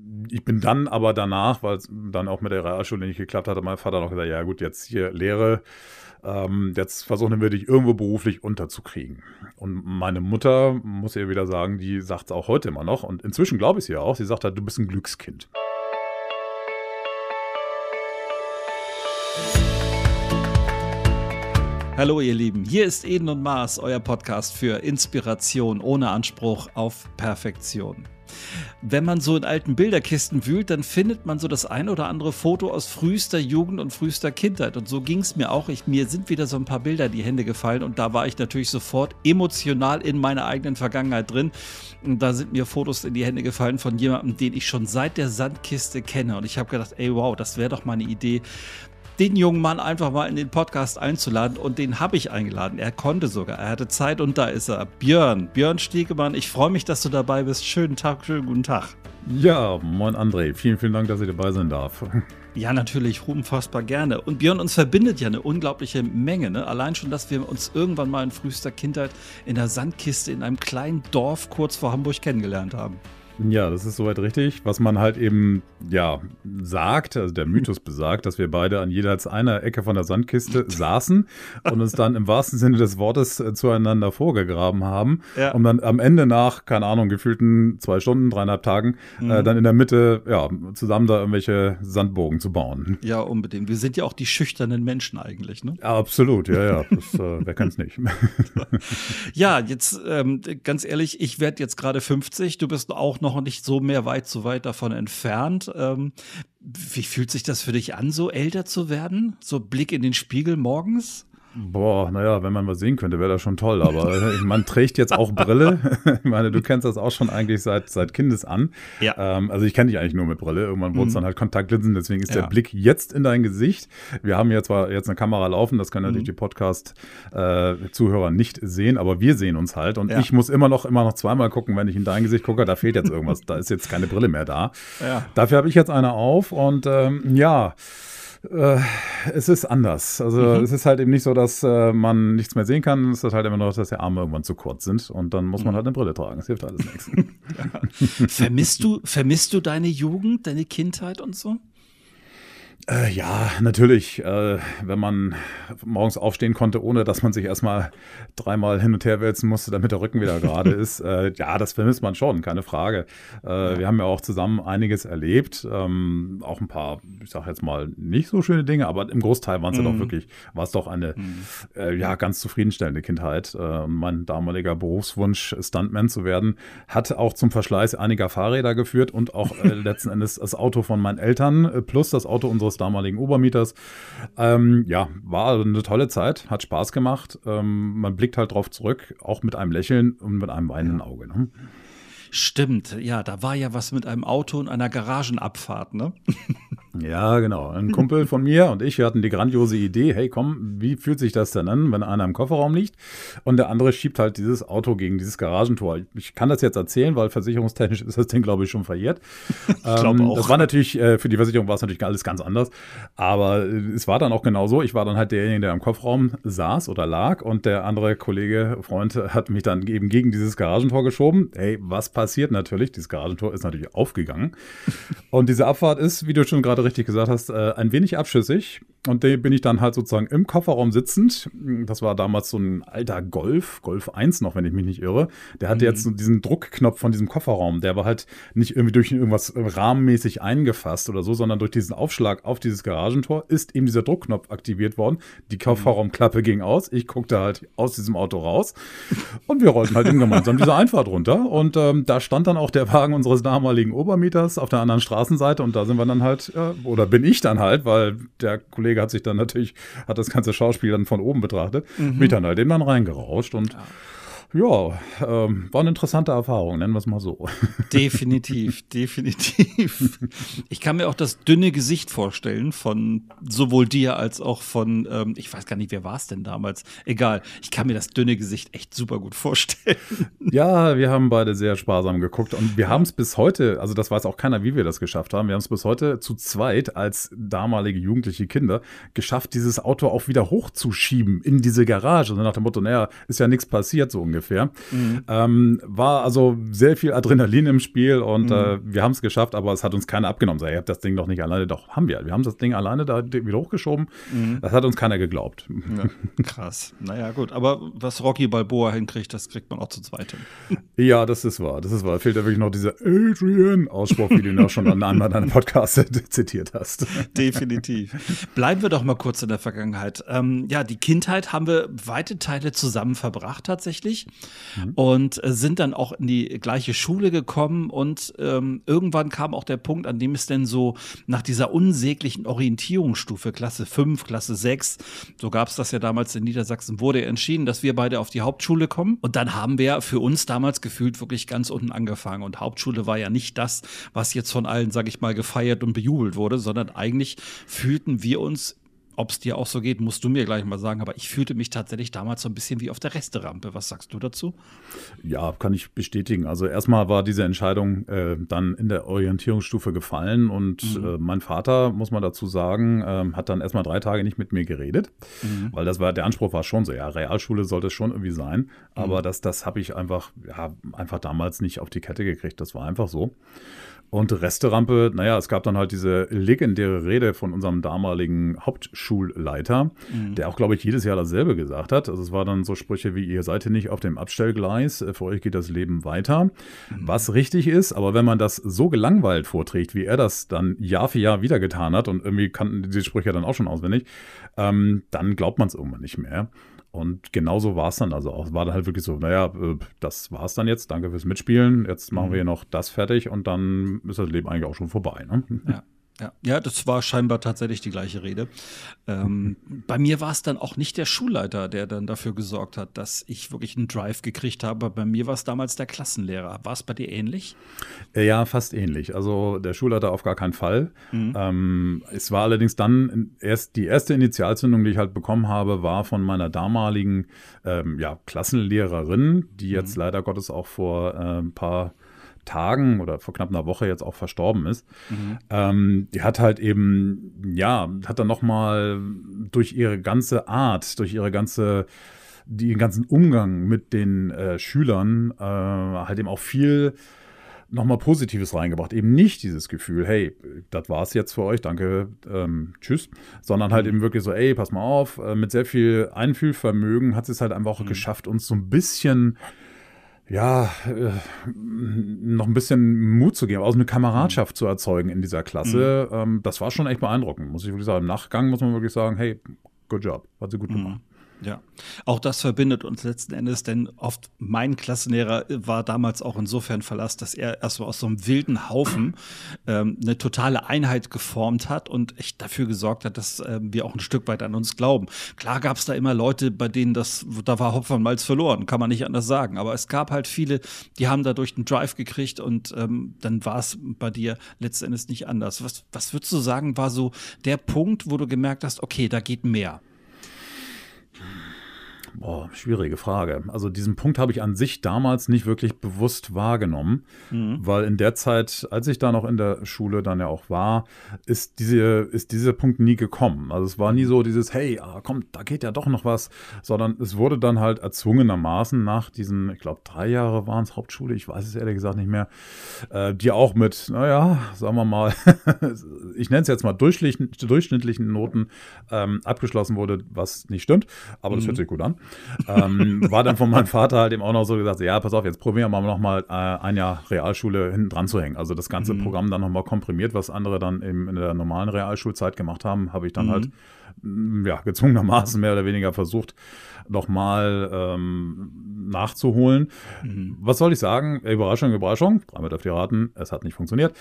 Ich bin dann aber danach, weil es dann auch mit der Realschule nicht geklappt hat, hat mein Vater noch gesagt, ja gut, jetzt hier Lehre, jetzt versuchen wir dich irgendwo beruflich unterzukriegen. Und meine Mutter, muss ich ihr wieder sagen, die sagt es auch heute immer noch und inzwischen glaube ich es ihr auch, sie sagt halt, du bist ein Glückskind. Hallo ihr Lieben, hier ist Eden und Mars, euer Podcast für Inspiration ohne Anspruch auf Perfektion. Wenn man so in alten Bilderkisten wühlt, dann findet man so das ein oder andere Foto aus frühester Jugend und frühester Kindheit. Und so ging es mir auch. Mir sind wieder so ein paar Bilder in die Hände gefallen und da war ich natürlich sofort emotional in meiner eigenen Vergangenheit drin. Und da sind mir Fotos in die Hände gefallen von jemandem, den ich schon seit der Sandkiste kenne. Und ich habe gedacht, ey wow, das wäre doch mal eine Idee, den jungen Mann einfach mal in den Podcast einzuladen, und den habe ich eingeladen. Er konnte sogar, er hatte Zeit und da ist er. Björn Stiegemann, ich freue mich, dass du dabei bist. Schönen guten Tag. Ja, moin André, vielen Dank, dass ich dabei sein darf. Ja, natürlich, unfassbar gerne. Und Björn, uns verbindet ja eine unglaubliche Menge, ne? Allein schon, dass wir uns irgendwann mal in frühester Kindheit in der Sandkiste in einem kleinen Dorf kurz vor Hamburg kennengelernt haben. Ja, das ist soweit richtig. Was man halt eben, ja, sagt, also der Mythos besagt, dass wir beide an jeweils einer Ecke von der Sandkiste saßen und uns dann im wahrsten Sinne des Wortes zueinander vorgegraben haben, ja, um dann am Ende nach, keine Ahnung, gefühlten 2 Stunden, 3,5 Tagen, dann in der Mitte, ja, zusammen da irgendwelche Sandburgen zu bauen. Ja, unbedingt. Wir sind ja auch die schüchternen Menschen eigentlich, ne? Ja, absolut, ja. Wer kennt's nicht? Ja, jetzt ganz ehrlich, ich werde jetzt gerade 50, du bist auch noch nicht so zu weit davon entfernt. Wie fühlt sich das für dich an, so älter zu werden? So Blick in den Spiegel morgens? Boah, naja, wenn man was sehen könnte, wäre das schon toll. Aber man trägt jetzt auch Brille. Ich meine, du kennst das auch schon eigentlich seit Kindes an. Ja. Also ich kenne dich eigentlich nur mit Brille. Irgendwann wurde es dann halt Kontaktlinsen. Deswegen ist der Blick jetzt in dein Gesicht. Wir haben ja zwar jetzt eine Kamera laufen, das können natürlich die Podcast-Zuhörer nicht sehen, aber wir sehen uns halt. Und ich muss immer noch zweimal gucken, wenn ich in dein Gesicht gucke, da fehlt jetzt irgendwas. Da ist jetzt keine Brille mehr da. Ja. Dafür habe ich jetzt eine auf und es ist anders. Also es ist halt eben nicht so, dass man nichts mehr sehen kann. Es ist halt immer noch, dass die Arme irgendwann zu kurz sind und dann muss man halt eine Brille tragen. Es hilft alles nichts. Ja. Vermisst du deine Jugend, deine Kindheit und so? Ja, natürlich. Wenn man morgens aufstehen konnte, ohne dass man sich erstmal 3-mal hin und her wälzen musste, damit der Rücken wieder gerade ist. Ja, das vermisst man schon, keine Frage. Wir haben ja auch zusammen einiges erlebt. Auch ein paar, ich sage jetzt mal, nicht so schöne Dinge, aber im Großteil war es doch eine ganz zufriedenstellende Kindheit. Mein damaliger Berufswunsch, Stuntman zu werden, hat auch zum Verschleiß einiger Fahrräder geführt und auch letzten Endes das Auto von meinen Eltern plus das Auto unseres damaligen Obermieters. War eine tolle Zeit, hat Spaß gemacht. Man blickt halt drauf zurück, auch mit einem Lächeln und mit einem weinenden Auge. Ne? Stimmt, ja, da war ja was mit einem Auto und einer Garagenabfahrt, ne? Ja, genau. Ein Kumpel von mir und ich, wir hatten die grandiose Idee, hey komm, wie fühlt sich das denn an, wenn einer im Kofferraum liegt und der andere schiebt halt dieses Auto gegen dieses Garagentor. Ich kann das jetzt erzählen, weil versicherungstechnisch ist das Ding, glaube ich, schon verjährt. Ich glaube auch. Das war natürlich, für die Versicherung war es natürlich alles ganz anders, aber es war dann auch genau so. Ich war dann halt derjenige, der im Kofferraum saß oder lag und der andere Kollege, Freund, hat mich dann eben gegen dieses Garagentor geschoben. Hey, was passiert natürlich? Dieses Garagentor ist natürlich aufgegangen und diese Abfahrt ist, wie du schon gerade richtig gesagt hast, ein wenig abschüssig. Und da bin ich dann halt sozusagen im Kofferraum sitzend. Das war damals so ein alter Golf 1 noch, wenn ich mich nicht irre. Der hatte jetzt so diesen Druckknopf von diesem Kofferraum. Der war halt nicht irgendwie durch irgendwas rahmenmäßig eingefasst oder so, sondern durch diesen Aufschlag auf dieses Garagentor ist eben dieser Druckknopf aktiviert worden. Die Kofferraumklappe ging aus. Ich guckte halt aus diesem Auto raus und wir rollten halt eben gemeinsam diese Einfahrt runter. Und da stand dann auch der Wagen unseres damaligen Obermieters auf der anderen Straßenseite und da sind wir dann halt, oder bin ich dann halt, weil der Kollege hat das ganze Schauspiel dann von oben betrachtet, mich dann halt eben dann reingerauscht und war eine interessante Erfahrung, nennen wir es mal so. Definitiv. Ich kann mir auch das dünne Gesicht vorstellen von sowohl dir als auch von, ich weiß gar nicht, wer war es denn damals? Egal, ich kann mir das dünne Gesicht echt super gut vorstellen. Ja, wir haben beide sehr sparsam geguckt und wir haben es bis heute, also das weiß auch keiner, wie wir das geschafft haben, wir haben es bis heute zu zweit als damalige jugendliche Kinder geschafft, dieses Auto auch wieder hochzuschieben in diese Garage. Also nach dem Motto, naja, ist ja nichts passiert, so ungefähr. ungefähr. War also sehr viel Adrenalin im Spiel und wir haben es geschafft, aber es hat uns keiner abgenommen. Ihr habt das Ding doch nicht alleine, doch haben wir. Wir haben das Ding alleine da wieder hochgeschoben. Das hat uns keiner geglaubt. Ja, krass. Naja, gut. Aber was Rocky Balboa hinkriegt, das kriegt man auch zu zweit hin. Ja, das ist wahr. Da fehlt ja wirklich noch dieser Adrian-Ausspruch, wie du ihn auch schon an einem deiner Podcasts zitiert hast. Definitiv. Bleiben wir doch mal kurz in der Vergangenheit. Ja, die Kindheit haben wir weite Teile zusammen verbracht tatsächlich und sind dann auch in die gleiche Schule gekommen und irgendwann kam auch der Punkt, an dem es denn so nach dieser unsäglichen Orientierungsstufe, Klasse 5, Klasse 6, so gab es das ja damals in Niedersachsen, wurde entschieden, dass wir beide auf die Hauptschule kommen. Und dann haben wir für uns damals gefühlt wirklich ganz unten angefangen. Und Hauptschule war ja nicht das, was jetzt von allen, sag ich mal, gefeiert und bejubelt wurde, sondern eigentlich fühlten wir uns, ob es dir auch so geht, musst du mir gleich mal sagen, aber ich fühlte mich tatsächlich damals so ein bisschen wie auf der Resterampe. Was sagst du dazu? Ja, kann ich bestätigen. Also erstmal war diese Entscheidung dann in der Orientierungsstufe gefallen und mein Vater, muss man dazu sagen, hat dann erstmal 3 Tage nicht mit mir geredet, weil der Anspruch war schon so, ja, Realschule sollte es schon irgendwie sein, aber das habe ich einfach damals nicht auf die Kette gekriegt. Das war einfach so. Und Resterampe, naja, es gab dann halt diese legendäre Rede von unserem damaligen Hauptschulleiter, der auch, glaube ich, jedes Jahr dasselbe gesagt hat. Also es war dann so Sprüche wie, ihr seid hier nicht auf dem Abstellgleis, für euch geht das Leben weiter. Was richtig ist, aber wenn man das so gelangweilt vorträgt, wie er das dann Jahr für Jahr wieder getan hat und irgendwie kannten diese Sprüche dann auch schon auswendig, dann glaubt man es irgendwann nicht mehr. Und genauso war es dann also auch. Es war dann halt wirklich so, naja, das war es dann jetzt. Danke fürs Mitspielen. Jetzt machen wir hier noch das fertig und dann ist das Leben eigentlich auch schon vorbei. Ne? Ja, das war scheinbar tatsächlich die gleiche Rede. Bei mir war es dann auch nicht der Schulleiter, der dann dafür gesorgt hat, dass ich wirklich einen Drive gekriegt habe. Bei mir war es damals der Klassenlehrer. War es bei dir ähnlich? Ja, fast ähnlich. Also der Schulleiter auf gar keinen Fall. Es war allerdings dann die erste Initialzündung, die ich halt bekommen habe, war von meiner damaligen Klassenlehrerin, die jetzt leider Gottes auch vor ein paar Tagen oder vor knapp einer Woche jetzt auch verstorben ist. Die hat halt eben, hat dann nochmal durch ihre ganze Art, den ganzen Umgang mit den Schülern halt eben auch viel nochmal Positives reingebracht. Eben nicht dieses Gefühl, hey, das war's jetzt für euch, danke, tschüss, sondern halt eben wirklich so, ey, pass mal auf, mit sehr viel Einfühlvermögen hat sie es halt einfach auch geschafft, uns so ein bisschen noch ein bisschen Mut zu geben, also eine Kameradschaft zu erzeugen in dieser Klasse. Das war schon echt beeindruckend, muss ich wirklich sagen. Im Nachgang muss man wirklich sagen, hey, good job, hat sie gut gemacht. Ja, auch das verbindet uns letzten Endes, denn oft mein Klassenlehrer war damals auch insofern Verlass, dass er erst aus so einem wilden Haufen eine totale Einheit geformt hat und echt dafür gesorgt hat, dass wir auch ein Stück weit an uns glauben. Klar gab es da immer Leute, bei denen da war Hopf und Malz verloren, kann man nicht anders sagen, aber es gab halt viele, die haben dadurch einen Drive gekriegt und dann war es bei dir letzten Endes nicht anders. Was würdest du sagen, war so der Punkt, wo du gemerkt hast, okay, da geht mehr? Boah, schwierige Frage. Also diesen Punkt habe ich an sich damals nicht wirklich bewusst wahrgenommen, weil in der Zeit, als ich da noch in der Schule dann ja auch war, ist dieser Punkt nie gekommen. Also es war nie so dieses, hey, komm, da geht ja doch noch was, sondern es wurde dann halt erzwungenermaßen nach diesen, ich glaube 3 Jahre waren es Hauptschule, ich weiß es ehrlich gesagt nicht mehr, die auch mit, naja, sagen wir mal, ich nenne es jetzt mal durchschnittlichen Noten abgeschlossen wurde, was nicht stimmt, aber das hört sich gut an. War dann von meinem Vater halt eben auch noch so gesagt, ja, pass auf, jetzt probieren wir noch mal ein Jahr Realschule hinten dran zu hängen. Also das ganze Programm dann nochmal komprimiert, was andere dann eben in der normalen Realschulzeit gemacht haben, habe ich dann halt gezwungenermaßen mehr oder weniger versucht, nochmal nachzuholen. Was soll ich sagen? Überraschung, Überraschung. 3 dürft ihr raten, es hat nicht funktioniert.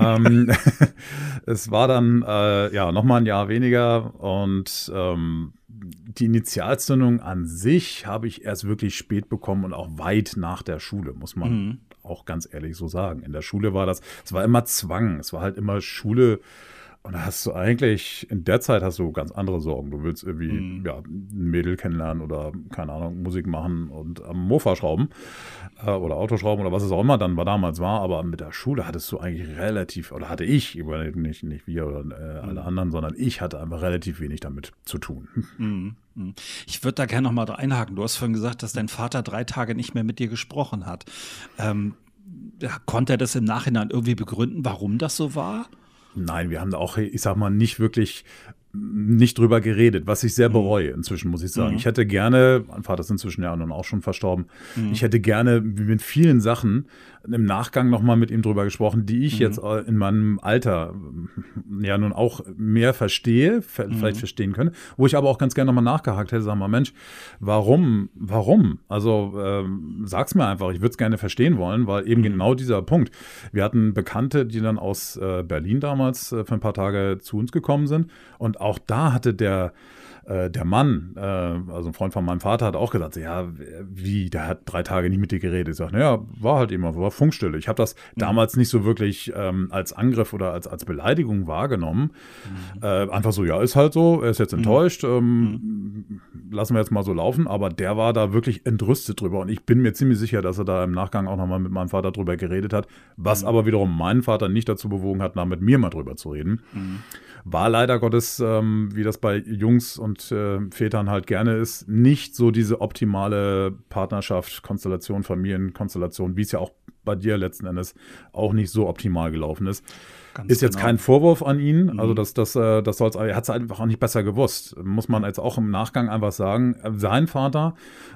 Es war dann nochmal ein Jahr weniger und die Initialzündung an sich habe ich erst wirklich spät bekommen und auch weit nach der Schule, muss man auch ganz ehrlich so sagen. In der Schule war es war immer Zwang, es war halt immer Schule Und da hast du eigentlich, in der Zeit hast du ganz andere Sorgen. Du willst irgendwie ein Mädel kennenlernen oder, keine Ahnung, Musik machen und am Mofa schrauben oder Autoschrauben oder was es auch immer dann damals war. Aber mit der Schule hattest du eigentlich relativ, oder hatte ich, nicht wir oder alle anderen, sondern ich hatte einfach relativ wenig damit zu tun. Ich würde da gerne noch mal einhaken. Du hast vorhin gesagt, dass dein Vater 3 Tage nicht mehr mit dir gesprochen hat. Konnte er das im Nachhinein irgendwie begründen, warum das so war? Nein, wir haben da auch, ich sag mal, nicht drüber geredet, was ich sehr bereue inzwischen, muss ich sagen. Ich hätte gerne, mein Vater ist inzwischen ja nun auch schon verstorben, ich hätte gerne mit vielen Sachen im Nachgang nochmal mit ihm drüber gesprochen, die ich jetzt in meinem Alter ja nun auch mehr verstehe, vielleicht verstehen können, wo ich aber auch ganz gerne nochmal nachgehakt hätte, sag mal, Mensch, warum? Also sag's mir einfach, ich würde es gerne verstehen wollen, weil eben genau dieser Punkt. Wir hatten Bekannte, die dann aus Berlin damals für ein paar Tage zu uns gekommen sind, und auch da hatte der Mann, also ein Freund von meinem Vater, hat auch gesagt, ja, der hat 3 Tage nicht mit dir geredet. Ich sage, naja, war halt immer, war Funkstille. Ich habe das damals nicht so wirklich als Angriff oder als Beleidigung wahrgenommen. Einfach so, ja, ist halt so, er ist jetzt enttäuscht, lassen wir jetzt mal so laufen. Aber der war da wirklich entrüstet drüber. Und ich bin mir ziemlich sicher, dass er da im Nachgang auch nochmal mit meinem Vater drüber geredet hat, was aber wiederum meinen Vater nicht dazu bewogen hat, mit mir mal drüber zu reden. War leider Gottes, wie das bei Jungs und Vätern halt gerne ist, nicht so diese optimale Partnerschaft, Konstellation, Familienkonstellation, wie es ja auch bei dir letzten Endes auch nicht so optimal gelaufen ist. Ganz ist jetzt genau. kein Vorwurf an ihn, also das soll's, er hat es einfach auch nicht besser gewusst, muss man jetzt auch im Nachgang einfach sagen. Sein Vater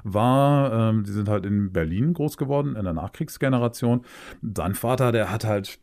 war, die sind halt in Berlin groß geworden, in der Nachkriegsgeneration. Sein Vater, der hat halt,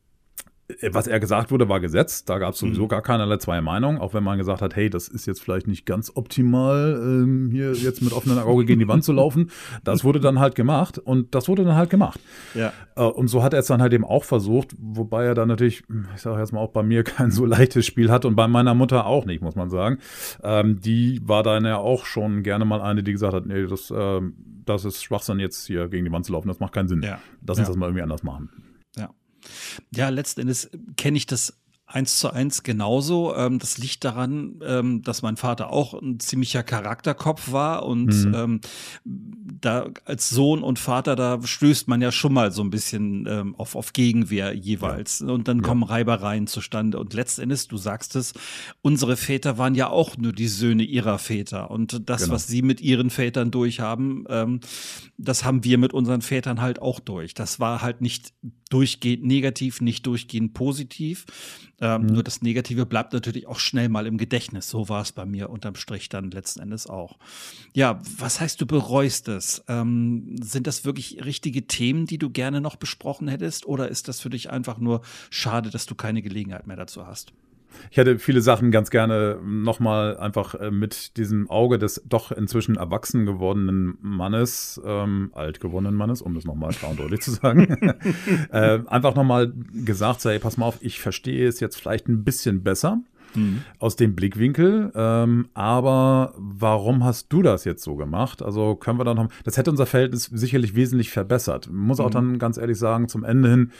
was er gesagt wurde, war Gesetz. Da gab es sowieso gar keinerlei zwei Meinungen, auch wenn man gesagt hat, hey, das ist jetzt vielleicht nicht ganz optimal, hier jetzt mit offenem Auge gegen die Wand zu laufen. Das wurde dann halt gemacht und das wurde dann halt gemacht. Ja. Und so hat er es dann halt eben auch versucht, wobei er dann natürlich, ich sage jetzt mal, auch bei mir kein so leichtes Spiel hat und bei meiner Mutter auch nicht, muss man sagen. Die war dann ja auch schon gerne mal eine, die gesagt hat, nee, das ist Schwachsinn, jetzt hier gegen die Wand zu laufen, das macht keinen Sinn. Ja. Lass uns das mal irgendwie anders machen. Ja. Ja, letzten Endes kenne ich das 1:1 genauso. Das liegt daran, dass mein Vater auch ein ziemlicher Charakterkopf war und da als Sohn und Vater, da stößt man ja schon mal so ein bisschen auf Gegenwehr jeweils. Ja. Und dann kommen Reibereien zustande. Und letzten Endes, du sagst es, unsere Väter waren ja auch nur die Söhne ihrer Väter. Und das, was sie mit ihren Vätern durchhaben, das haben wir mit unseren Vätern halt auch durch. Das war halt nicht durchgehend negativ, nicht durchgehend positiv. Nur das Negative bleibt natürlich auch schnell mal im Gedächtnis. So war es bei mir unterm Strich dann letzten Endes auch. Ja, was heißt, du bereust es? Sind das wirklich richtige Themen, die du gerne noch besprochen hättest? Oder ist das für dich einfach nur schade, dass du keine Gelegenheit mehr dazu hast? Ich hätte viele Sachen ganz gerne nochmal einfach mit diesem Auge des doch inzwischen erwachsen gewordenen Mannes, alt gewordenen Mannes, um das nochmal klar und deutlich zu sagen, einfach nochmal gesagt, hey, pass mal auf, ich verstehe es jetzt vielleicht ein bisschen besser aus dem Blickwinkel, aber warum hast du das jetzt so gemacht? Also können wir dann noch, das hätte unser Verhältnis sicherlich wesentlich verbessert. Ich muss auch dann ganz ehrlich sagen, zum Ende hin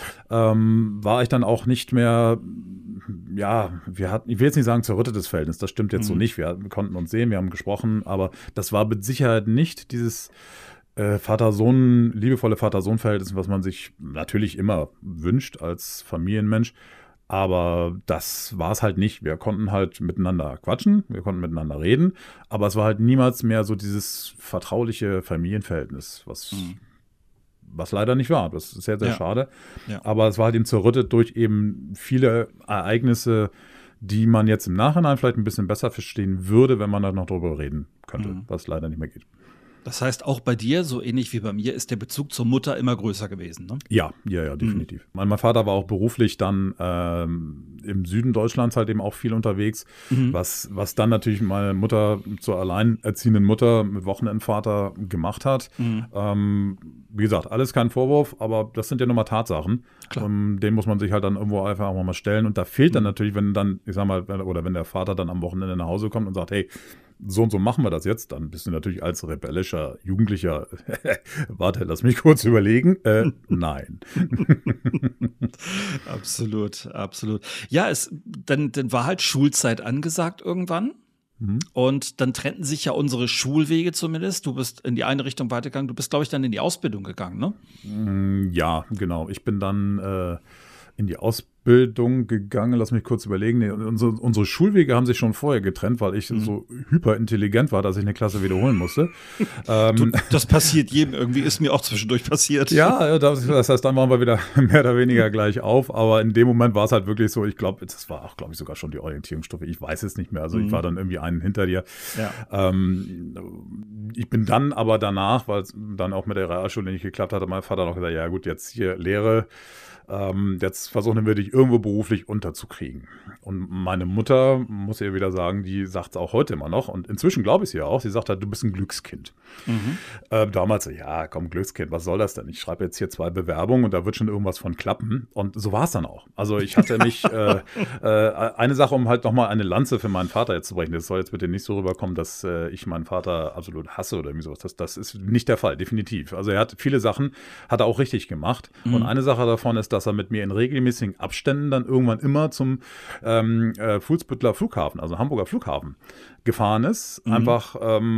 war ich dann auch nicht mehr, ja, ich will jetzt nicht sagen zerrüttetes Verhältnis, das stimmt jetzt so nicht. Wir konnten uns sehen, wir haben gesprochen, aber das war mit Sicherheit nicht dieses Vater-Sohn, liebevolle Vater-Sohn-Verhältnis, was man sich natürlich immer wünscht als Familienmensch. Aber das war es halt nicht. Wir konnten halt miteinander quatschen, wir konnten miteinander reden, aber es war halt niemals mehr so dieses vertrauliche Familienverhältnis, was leider nicht war. Das ist sehr, sehr schade. Ja. Aber es war halt eben zerrüttet durch eben viele Ereignisse, die man jetzt im Nachhinein vielleicht ein bisschen besser verstehen würde, wenn man da noch drüber reden könnte, was leider nicht mehr geht. Das heißt, auch bei dir, so ähnlich wie bei mir, ist der Bezug zur Mutter immer größer gewesen, ne? Ja, definitiv. Mein Vater war auch beruflich dann im Süden Deutschlands halt eben auch viel unterwegs, was dann natürlich meine Mutter zur alleinerziehenden Mutter mit Wochenendvater gemacht hat. Wie gesagt, alles kein Vorwurf, aber das sind ja nochmal Tatsachen. Dem muss man sich halt dann irgendwo einfach auch mal stellen. Und da fehlt dann natürlich, wenn dann, ich sag mal, oder wenn der Vater dann am Wochenende nach Hause kommt und sagt, hey, so und so machen wir das jetzt, dann bist du natürlich als rebellischer Jugendlicher, warte, lass mich kurz überlegen, nein. Absolut, absolut. Ja, dann war halt Schulzeit angesagt irgendwann. Und dann trennten sich ja unsere Schulwege zumindest. Du bist in die eine Richtung weitergegangen. Du bist, glaube ich, dann in die Ausbildung gegangen, ne? Ja, genau. Ich bin dann in die Ausbildung gegangen. Lass mich kurz überlegen. Nee, unsere Schulwege haben sich schon vorher getrennt, weil ich so hyperintelligent war, dass ich eine Klasse wiederholen musste. Das passiert jedem irgendwie, ist mir auch zwischendurch passiert. Ja, das heißt, dann waren wir wieder mehr oder weniger gleich auf. Aber in dem Moment war es halt wirklich so, ich glaube, das war auch, glaube ich, sogar schon die Orientierungsstufe. Ich weiß es nicht mehr. Also ich war dann irgendwie einen hinter dir. Ja. Ich bin dann aber danach, weil es dann auch mit der Realschule nicht geklappt hatte, mein Vater noch gesagt, ja gut, jetzt hier Lehre. Jetzt versuchen wir dich irgendwo beruflich unterzukriegen. Und meine Mutter, muss ich wieder sagen, die sagt es auch heute immer noch. Und inzwischen glaube ich es ja auch. Sie sagt halt, du bist ein Glückskind. Damals, ja, komm, Glückskind, was soll das denn? Ich schreibe jetzt hier 2 Bewerbungen und da wird schon irgendwas von klappen. Und so war es dann auch. Also ich hatte mich, eine Sache, um halt nochmal eine Lanze für meinen Vater jetzt zu brechen. Das soll jetzt bitte nicht so rüberkommen, dass ich meinen Vater absolut hasse oder irgendwie sowas. Das ist nicht der Fall, definitiv. Also er hat viele Sachen, hat er auch richtig gemacht. Und eine Sache davon ist, dass er mit mir in regelmäßigen Abständen dann irgendwann immer zum Fuhlsbüttler Flughafen, also Hamburger Flughafen, gefahren ist. Einfach,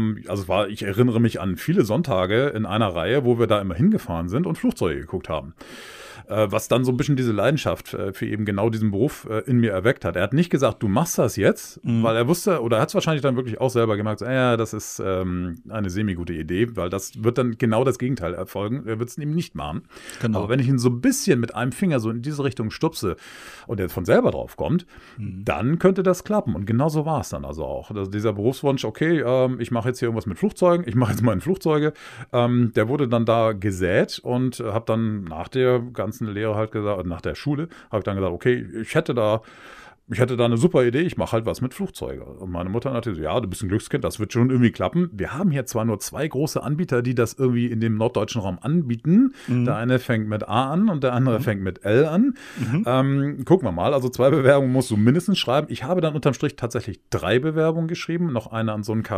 ich erinnere mich an viele Sonntage in einer Reihe, wo wir da immer hingefahren sind und Flugzeuge geguckt haben. Was dann so ein bisschen diese Leidenschaft für eben genau diesen Beruf in mir erweckt hat. Er hat nicht gesagt, du machst das jetzt, weil er wusste, oder er hat es wahrscheinlich dann wirklich auch selber gemerkt, so, ja, das ist eine semi-gute Idee, weil das wird dann genau das Gegenteil erfolgen. Er wird es eben nicht machen. Genau. Aber wenn ich ihn so ein bisschen mit einem Finger so in diese Richtung stupse und er von selber drauf kommt, dann könnte das klappen. Und genau so war es dann also auch. Also dieser Berufswunsch, okay, ich mache jetzt hier irgendwas mit Flugzeugen, ich mache jetzt mal in Flugzeuge, der wurde dann da gesät und habe dann nach der ganzen Lehre halt gesagt, nach der Schule, habe ich dann gesagt, okay, ich hätte da eine super Idee, ich mache halt was mit Flugzeugen. Und meine Mutter hat gesagt, ja, du bist ein Glückskind, das wird schon irgendwie klappen. Wir haben hier zwar nur 2 große Anbieter, die das irgendwie in dem norddeutschen Raum anbieten. Der eine fängt mit A an und der andere fängt mit L an. Gucken wir mal, also 2 Bewerbungen musst du mindestens schreiben. Ich habe dann unterm Strich tatsächlich 3 Bewerbungen geschrieben, noch eine an so ein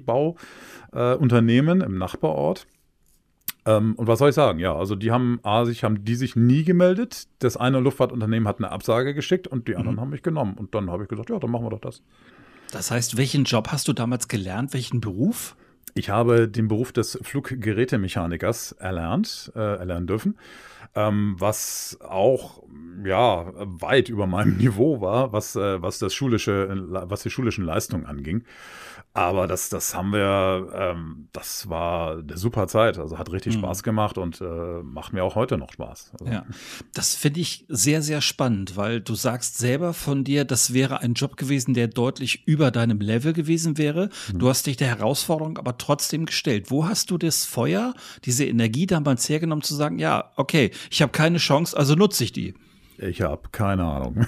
Karosseriebauunternehmen im Nachbarort. Und was soll ich sagen? Ja, also die haben sich nie gemeldet. Das eine Luftfahrtunternehmen hat eine Absage geschickt und die anderen haben mich genommen. Und dann habe ich gesagt, ja, dann machen wir doch das. Das heißt, welchen Job hast du damals gelernt? Welchen Beruf? Ich habe den Beruf des Fluggerätemechanikers erlernen dürfen, was auch weit über meinem Niveau war, was die schulischen Leistungen anging. Aber das haben wir, das war eine super Zeit. Also hat richtig Spaß gemacht und macht mir auch heute noch Spaß. Also. Ja, das finde ich sehr, sehr spannend, weil du sagst selber von dir, das wäre ein Job gewesen, der deutlich über deinem Level gewesen wäre. Du hast dich der Herausforderung aber trotzdem gestellt. Wo hast du das Feuer, diese Energie damals hergenommen, zu sagen, ja, okay, ich habe keine Chance, also nutze ich die? Ich habe keine Ahnung.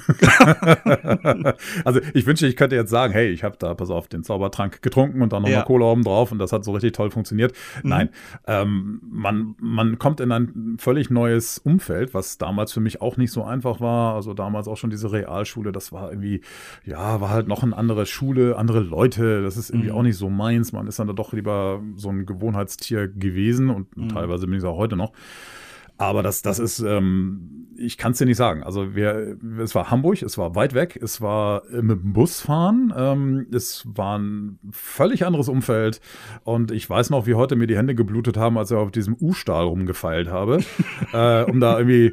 Also ich wünschte, ich könnte jetzt sagen, hey, ich habe da, pass auf, den Zaubertrank getrunken und dann nochmal Cola oben drauf und das hat so richtig toll funktioniert. Nein, man kommt in ein völlig neues Umfeld, was damals für mich auch nicht so einfach war. Also damals auch schon diese Realschule, das war irgendwie, war halt noch eine andere Schule, andere Leute. Das ist irgendwie auch nicht so meins. Man ist dann da doch lieber so ein Gewohnheitstier gewesen und teilweise bin ich es auch heute noch. Aber das ist, ich kann es dir nicht sagen. Also es war Hamburg, es war weit weg, es war mit dem Bus fahren, es war ein völlig anderes Umfeld und ich weiß noch, wie heute mir die Hände geblutet haben, als ich auf diesem U-Stahl rumgefeilt habe, um da irgendwie,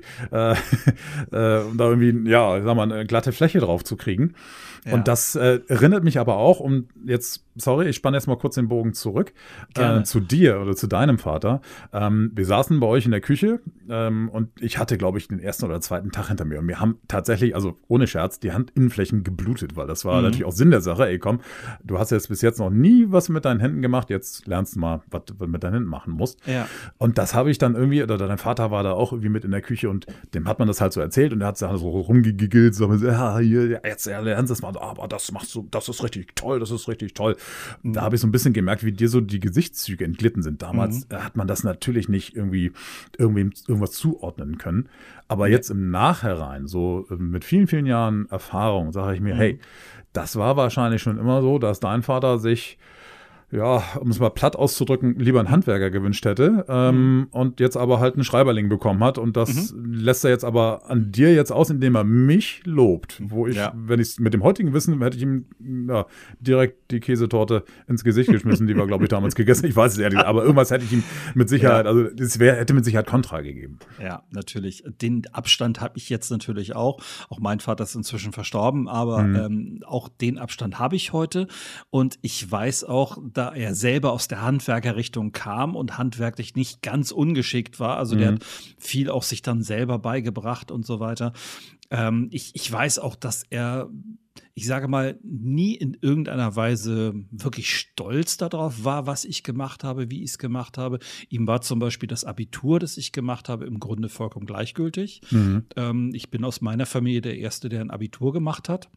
eine glatte Fläche drauf zu kriegen. Ja. Und das erinnert mich aber auch, ich spanne jetzt mal kurz den Bogen zurück, zu dir oder zu deinem Vater. Wir saßen bei euch in der Küche und ich hatte, glaube ich, den ersten oder zweiten Tag hinter mir. Und wir haben tatsächlich, also ohne Scherz, die Handinnenflächen geblutet, weil das war natürlich auch Sinn der Sache. Ey, komm, du hast jetzt bis jetzt noch nie was mit deinen Händen gemacht, jetzt lernst du mal, was du mit deinen Händen machen musst. Ja. Und das habe ich dann irgendwie, oder dein Vater war da auch irgendwie mit in der Küche und dem hat man das halt so erzählt und er hat so rumgegiggelt, so, jetzt lernst du es mal, aber das machst du, das ist richtig toll. Da habe ich so ein bisschen gemerkt, wie dir so die Gesichtszüge entglitten sind. Damals hat man das natürlich nicht irgendwie irgendwas zuordnen können. Aber jetzt im Nachhinein, so mit vielen, vielen Jahren Erfahrung, sage ich mir, hey, das war wahrscheinlich schon immer so, dass dein Vater sich, ja, um es mal platt auszudrücken, lieber einen Handwerker gewünscht hätte und jetzt aber halt einen Schreiberling bekommen hat. Und das lässt er jetzt aber an dir jetzt aus, indem er mich lobt. Wo ich, wenn ich es mit dem heutigen Wissen, hätte ich ihm direkt die Käsetorte ins Gesicht geschmissen, die wir, glaube ich, damals gegessen. Ich weiß es ehrlich, aber irgendwas hätte ich ihm mit Sicherheit, also das hätte mit Sicherheit Kontra gegeben. Ja, natürlich. Den Abstand habe ich jetzt natürlich auch. Auch mein Vater ist inzwischen verstorben, aber auch den Abstand habe ich heute. Und ich weiß auch, da er selber aus der Handwerkerrichtung kam und handwerklich nicht ganz ungeschickt war, also der hat viel auch sich dann selber beigebracht und so weiter. Ich weiß auch, dass er, ich sage mal, nie in irgendeiner Weise wirklich stolz darauf war, was ich gemacht habe, wie ich es gemacht habe. Ihm war zum Beispiel das Abitur, das ich gemacht habe, im Grunde vollkommen gleichgültig. Ich bin aus meiner Familie der Erste, der ein Abitur gemacht hat.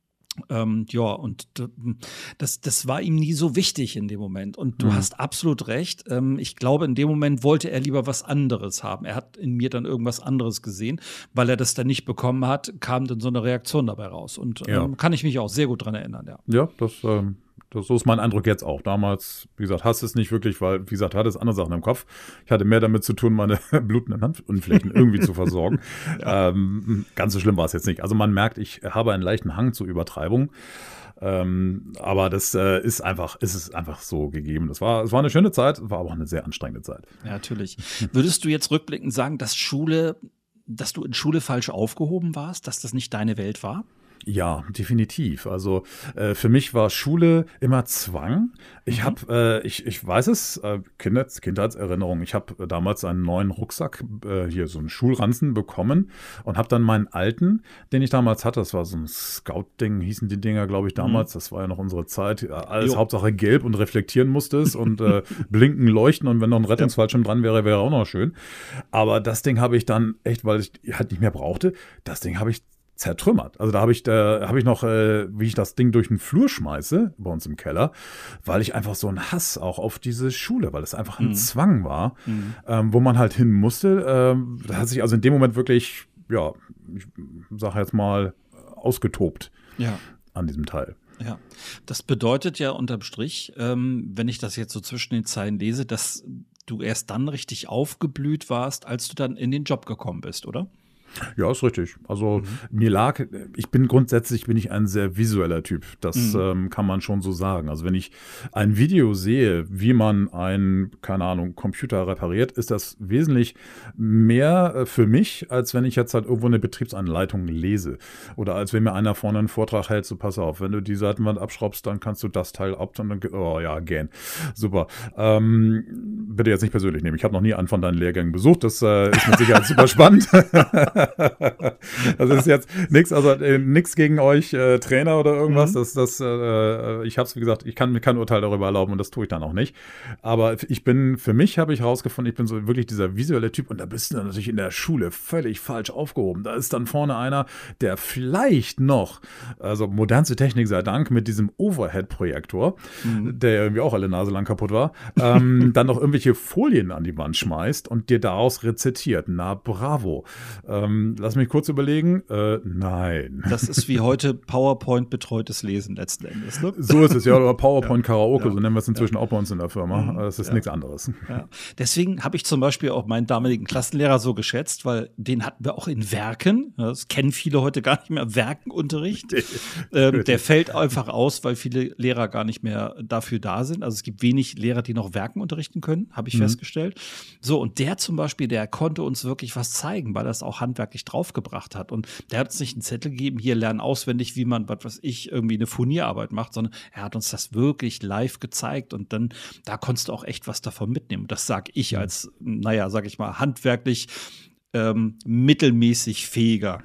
Und das war ihm nie so wichtig in dem Moment. Und du hast absolut recht. Ich glaube, in dem Moment wollte er lieber was anderes haben. Er hat in mir dann irgendwas anderes gesehen. Weil er das dann nicht bekommen hat, kam dann so eine Reaktion dabei raus. Und kann ich mich auch sehr gut dran erinnern, ja. Ja, so ist mein Eindruck jetzt auch. Damals, wie gesagt, hast es nicht wirklich, weil, wie gesagt, hatte es andere Sachen im Kopf. Ich hatte mehr damit zu tun, meine blutenden Handflächen irgendwie zu versorgen. Ganz so schlimm war es jetzt nicht. Also man merkt, ich habe einen leichten Hang zur Übertreibung. Aber das ist einfach so gegeben. Es war eine schöne Zeit, war aber auch eine sehr anstrengende Zeit. Ja, natürlich. Würdest du jetzt rückblickend sagen, dass du in Schule falsch aufgehoben warst, dass das nicht deine Welt war? Ja, definitiv. Also für mich war Schule immer Zwang. Ich habe, ich weiß es, Kindheitserinnerung. Ich habe damals einen neuen Rucksack, hier so einen Schulranzen bekommen und habe dann meinen alten, den ich damals hatte, das war so ein Scout-Ding, hießen die Dinger, glaube ich, damals. Das war ja noch unsere Zeit. Alles Hauptsache gelb und reflektieren musste es und blinken, leuchten und wenn noch ein Rettungsfallschirm dran wäre auch noch schön. Aber das Ding habe ich dann echt, weil ich halt nicht mehr brauchte, das Ding habe ich zertrümmert. Also da habe ich noch, wie ich das Ding durch den Flur schmeiße, bei uns im Keller, weil ich einfach so einen Hass auch auf diese Schule, weil es einfach ein Zwang war, wo man halt hin musste. Da hat sich also in dem Moment wirklich, ja, ich sage jetzt mal, ausgetobt an diesem Teil. Ja, das bedeutet ja unterm Strich, wenn ich das jetzt so zwischen den Zeilen lese, dass du erst dann richtig aufgeblüht warst, als du dann in den Job gekommen bist, oder? Ja, ist richtig. Also grundsätzlich bin ich ein sehr visueller Typ. Das kann man schon so sagen. Also wenn ich ein Video sehe, wie man keine Ahnung, Computer repariert, ist das wesentlich mehr für mich, als wenn ich jetzt halt irgendwo eine Betriebsanleitung lese. Oder als wenn mir einer vorne einen Vortrag hält, so pass auf, wenn du die Seitenwand abschraubst, dann kannst du das Teil ab und dann, oh ja, gern. Super. Bitte jetzt nicht persönlich nehmen. Ich habe noch nie einen von deinen Lehrgängen besucht. Das ist mit Sicherheit super spannend. Das ist jetzt nichts gegen euch Trainer oder irgendwas. Ich habe es, wie gesagt, ich kann mir kein Urteil darüber erlauben und das tue ich dann auch nicht. Aber für mich habe ich herausgefunden, ich bin so wirklich dieser visuelle Typ und da bist du natürlich in der Schule völlig falsch aufgehoben. Da ist dann vorne einer, der vielleicht noch, also modernste Technik sei Dank, mit diesem Overhead-Projektor, der ja irgendwie auch alle Nase lang kaputt war, dann noch irgendwelche Folien an die Wand schmeißt und dir daraus rezitiert. Na, bravo. Lass mich kurz überlegen. Nein. Das ist wie heute PowerPoint-betreutes Lesen letzten Endes, ne? So ist es, ja. Oder PowerPoint-Karaoke, so nennen wir es inzwischen auch bei uns in der Firma. Das ist nichts anderes. Ja. Deswegen habe ich zum Beispiel auch meinen damaligen Klassenlehrer so geschätzt, weil den hatten wir auch in Werken. Das kennen viele heute gar nicht mehr. Werkenunterricht. Der fällt einfach aus, weil viele Lehrer gar nicht mehr dafür da sind. Also es gibt wenig Lehrer, die noch Werken unterrichten können, habe ich festgestellt. So, und der zum Beispiel, der konnte uns wirklich was zeigen, weil er es auch handwerklich draufgebracht hat. Und der hat uns nicht einen Zettel gegeben, hier lernen auswendig, wie man, was weiß ich, irgendwie eine Furnierarbeit macht, sondern er hat uns das wirklich live gezeigt und dann, da konntest du auch echt was davon mitnehmen. Das sage ich als, naja, sag ich mal, handwerklich mittelmäßig fähiger.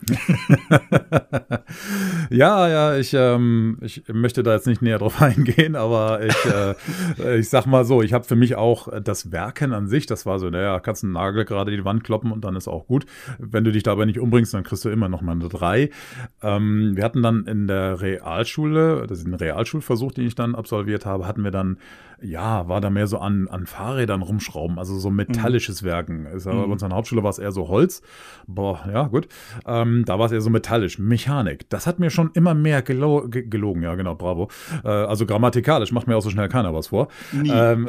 Ja, ich möchte da jetzt nicht näher drauf eingehen, aber ich sag mal so, ich habe für mich auch das Werken an sich, das war so, naja, kannst einen Nagel gerade in die Wand kloppen und dann ist auch gut. Wenn du dich dabei nicht umbringst, dann kriegst du immer noch mal eine 3. Wir hatten dann in der Realschule, das ist ein Realschulversuch, den ich dann absolviert habe, hatten wir dann, ja, war da mehr so an Fahrrädern rumschrauben, also so metallisches Werken. Bei uns an der Hauptschule war es eher so Holz. Boah, ja, gut. Da war es eher so metallisch. Mechanik. Das hat mir schon immer mehr gelogen. Ja, genau, bravo. Also grammatikalisch macht mir auch so schnell keiner was vor. Nie.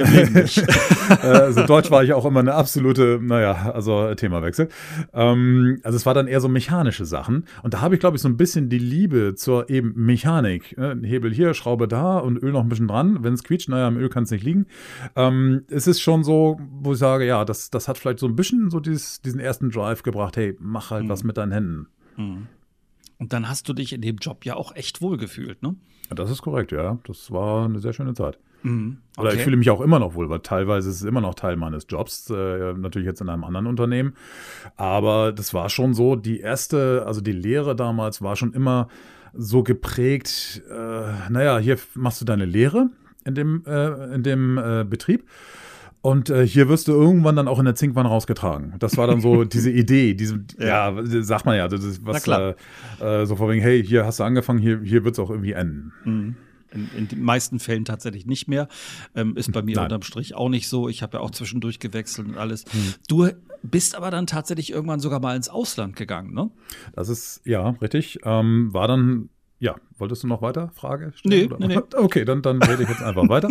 Also Deutsch war ich auch immer eine absolute, naja, also Themawechsel. Also es war dann eher so mechanische Sachen. Und da habe ich, glaube ich, so ein bisschen die Liebe zur eben Mechanik. Hebel hier, Schraube da und Öl noch ein bisschen dran. Wenn es quietscht, naja, im Öl kann es nicht liegen. Es ist schon so, wo ich sage, ja, das hat vielleicht so ein bisschen so diesen ersten Drive gebracht, hey, mach halt was mit deinen Händen. Und dann hast du dich in dem Job ja auch echt wohl gefühlt, ne? Ja, das ist korrekt, ja. Das war eine sehr schöne Zeit. Okay. Oder ich fühle mich auch immer noch wohl, weil teilweise ist es immer noch Teil meines Jobs, natürlich jetzt in einem anderen Unternehmen. Aber das war schon so, die Lehre damals war schon immer so geprägt, naja, hier machst du deine Lehre in dem Betrieb. Und hier wirst du irgendwann dann auch in der Zinkwanne rausgetragen. Das war dann so diese Idee, ja, sagt man ja, das ist was, so vor wegen, hey, hier hast du angefangen, hier wird es auch irgendwie enden. In den meisten Fällen tatsächlich nicht mehr. Ist bei mir unterm Strich auch nicht so. Ich habe ja auch zwischendurch gewechselt und alles. Du bist aber dann tatsächlich irgendwann sogar mal ins Ausland gegangen, ne? Das ist, ja, richtig. War dann, ja, wolltest du noch weiter Frage stellen? Nee. Okay, dann rede ich jetzt einfach weiter.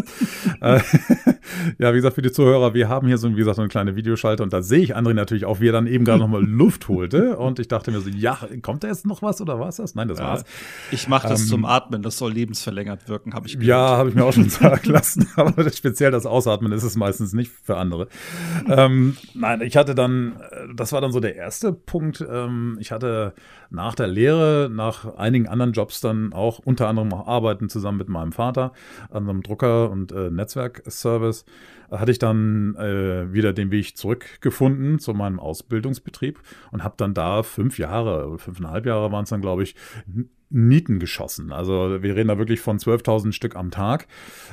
Ja, wie gesagt, für die Zuhörer, wir haben hier so eine kleine Videoschalte und da sehe ich André natürlich auch, wie er dann eben gerade nochmal Luft holte und ich dachte mir so, ja, kommt da jetzt noch was oder war es das? Nein, das war's. Ich mache das zum Atmen, das soll lebensverlängert wirken, habe ich gehört. Ja, habe ich mir auch schon sagen lassen, aber speziell das Ausatmen ist es meistens nicht für andere. Nein, ich hatte dann, das war dann so der erste Punkt, ich hatte nach der Lehre, nach einigen anderen Jobs dann auch unter anderem auch Arbeiten zusammen mit meinem Vater an einem Drucker- und Netzwerkservice, hatte ich dann wieder den Weg zurückgefunden zu meinem Ausbildungsbetrieb und habe dann da 5 Jahre, 5,5 Jahre waren es dann, glaube ich, Nieten geschossen. Also wir reden da wirklich von 12.000 Stück am Tag,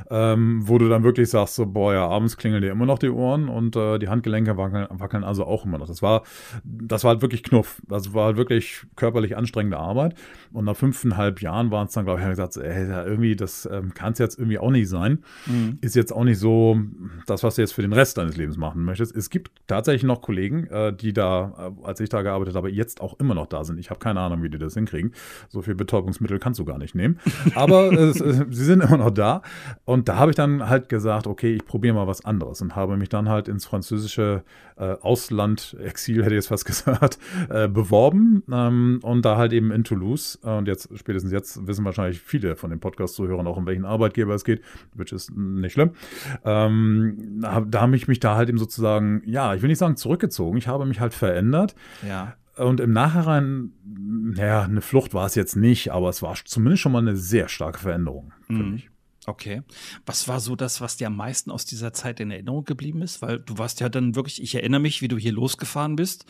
wo du dann wirklich sagst, so, boah, ja, abends klingeln dir immer noch die Ohren und die Handgelenke wackeln also auch immer noch. Das war halt wirklich Knuff. Das war halt wirklich körperlich anstrengende Arbeit. Und nach 5,5 Jahren waren es dann, glaube ich, habe ich gesagt, irgendwie, das kann es jetzt irgendwie auch nicht sein. Ist jetzt auch nicht so das, was du jetzt für den Rest deines Lebens machen möchtest. Es gibt tatsächlich noch Kollegen, die da, als ich da gearbeitet habe, jetzt auch immer noch da sind. Ich habe keine Ahnung, wie die das hinkriegen. So viel Betäubungsmittel kannst du gar nicht nehmen. Aber sie sind immer noch da. Und da habe ich dann halt gesagt, okay, ich probiere mal was anderes und habe mich dann halt ins französische Ausland, Exil hätte ich jetzt fast gesagt, beworben und da halt eben in Toulouse. Und spätestens jetzt wissen wahrscheinlich viele von den Podcast-Zuhörern auch, um welchen Arbeitgeber es geht, which ist nicht schlimm. Da habe ich mich da halt eben sozusagen, ja, ich will nicht sagen zurückgezogen, ich habe mich halt verändert. Ja. Und im Nachhinein, naja, eine Flucht war es jetzt nicht, aber es war zumindest schon mal eine sehr starke Veränderung, finde ich. Okay. Was war so das, was dir am meisten aus dieser Zeit in Erinnerung geblieben ist? Weil du warst ja dann wirklich, ich erinnere mich, wie du hier losgefahren bist.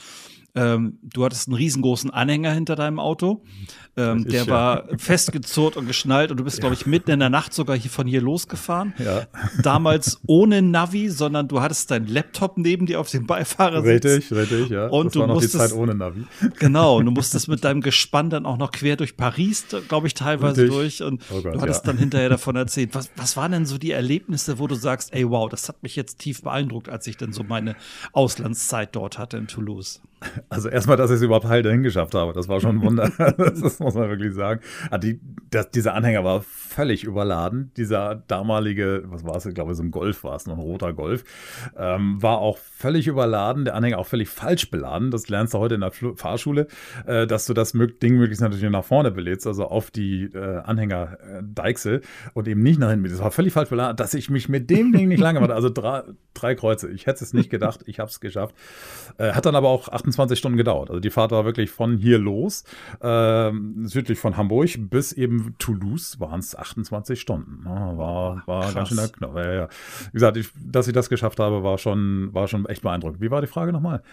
Du hattest einen riesengroßen Anhänger hinter deinem Auto. Der war festgezurrt und geschnallt und du bist, glaube ich, mitten in der Nacht sogar von hier losgefahren. Ja. Damals ohne Navi, sondern du hattest deinen Laptop neben dir auf dem Beifahrersitz. Richtig, ja. Und das war noch die Zeit ohne Navi. Genau, und du musstest mit deinem Gespann dann auch noch quer durch Paris, glaube ich, teilweise durch. Und du hattest dann hinterher davon erzählt. Was waren denn so die Erlebnisse, wo du sagst, ey, wow, das hat mich jetzt tief beeindruckt, als ich dann so meine Auslandszeit dort hatte in Toulouse? Also erstmal, dass ich es überhaupt heil dahin geschafft habe, das war schon ein Wunder. Das muss man wirklich sagen. Dieser Anhänger war völlig überladen. Dieser damalige, was war es, ich glaube, so ein Golf war es, noch ein roter Golf, war auch völlig überladen. Der Anhänger auch völlig falsch beladen. Das lernst du heute in der Fahrschule, dass du das Ding möglichst natürlich nach vorne belädst, also auf die Anhänger-Deichsel und eben nicht nach hinten. Das war völlig falsch beladen, dass ich mich mit dem Ding nicht lange mache. Also 3 Kreuze. Ich hätte es nicht gedacht, ich habe es geschafft. Hat dann aber auch 28 20 Stunden gedauert. Also die Fahrt war wirklich von hier los, südlich von Hamburg bis eben Toulouse waren es 28 Stunden. War ganz schön knapp. Ja. Wie gesagt, dass ich das geschafft habe, war schon echt beeindruckend. Wie war die Frage nochmal?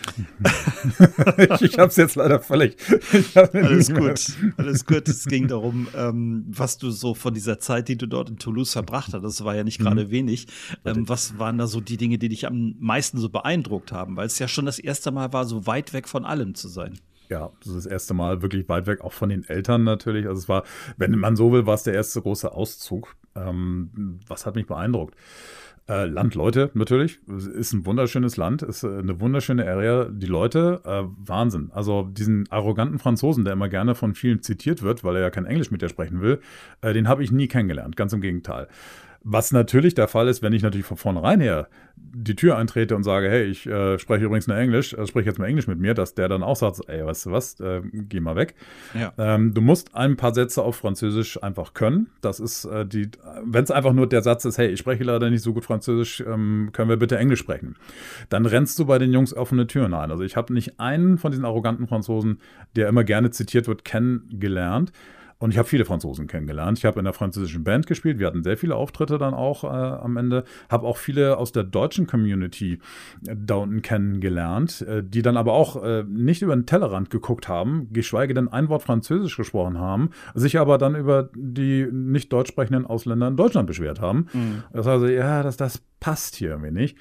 Ich habe es jetzt leider völlig. Alles gut. Es ging darum, was du so von dieser Zeit, die du dort in Toulouse verbracht hast, das war ja nicht gerade wenig. Was waren da so die Dinge, die dich am meisten so beeindruckt haben? Weil es ja schon das erste Mal war, so weit weg von allem zu sein. Ja, das ist das erste Mal wirklich weit weg, auch von den Eltern natürlich. Also es war, wenn man so will, war es der erste große Auszug. Was hat mich beeindruckt? Land, Leute, natürlich. Es ist ein wunderschönes Land, ist eine wunderschöne Area. Die Leute, Wahnsinn. Also diesen arroganten Franzosen, der immer gerne von vielen zitiert wird, weil er ja kein Englisch mit dir sprechen will, den habe ich nie kennengelernt. Ganz im Gegenteil. Was natürlich der Fall ist, wenn ich natürlich von vornherein her die Tür eintrete und sage, hey, ich spreche übrigens nur Englisch, sprich jetzt mal Englisch mit mir, dass der dann auch sagt, ey, weißt du was, geh mal weg. Ja. Du musst ein paar Sätze auf Französisch einfach können. Das ist wenn es einfach nur der Satz ist, hey, ich spreche leider nicht so gut Französisch, können wir bitte Englisch sprechen. Dann rennst du bei den Jungs offene Türen ein. Also ich habe nicht einen von diesen arroganten Franzosen, der immer gerne zitiert wird, kennengelernt. Und ich habe viele Franzosen kennengelernt. Ich habe in der französischen Band gespielt. Wir hatten sehr viele Auftritte dann auch am Ende. Habe auch viele aus der deutschen Community da unten kennengelernt, die dann aber auch nicht über den Tellerrand geguckt haben, geschweige denn ein Wort Französisch gesprochen haben, sich aber dann über die nicht deutsch sprechenden Ausländer in Deutschland beschwert haben. Das heißt, ja, das passt hier irgendwie nicht.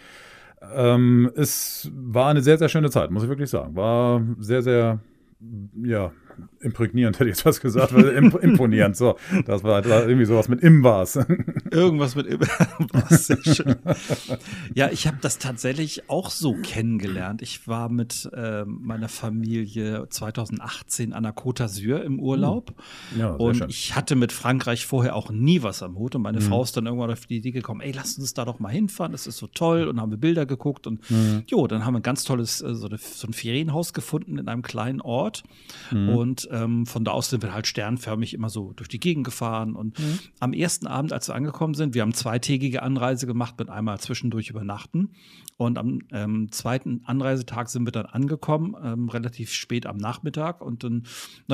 Es war eine sehr, sehr schöne Zeit, muss ich wirklich sagen. War sehr, sehr, ja, imprägnierend, hätte ich jetzt was gesagt, imponierend. So, das war irgendwie sowas mit im war's. Irgendwas mit im war's, sehr schön. Ja, ich habe das tatsächlich auch so kennengelernt. Ich war mit meiner Familie 2018 an der Côte d'Azur im Urlaub. Ja, und schön. Ich hatte mit Frankreich vorher auch nie was am Hut. Und meine Frau ist dann irgendwann auf die Idee gekommen, ey, lass uns da doch mal hinfahren, das ist so toll. Und haben wir Bilder geguckt. Und dann haben wir ein ganz tolles, so ein Ferienhaus gefunden in einem kleinen Ort. Und von da aus sind wir halt sternförmig immer so durch die Gegend gefahren. Und am ersten Abend, als wir angekommen sind, wir haben 2-tägige Anreise gemacht mit einmal zwischendurch übernachten. Und am zweiten Anreisetag sind wir dann angekommen, relativ spät am Nachmittag. Und dann,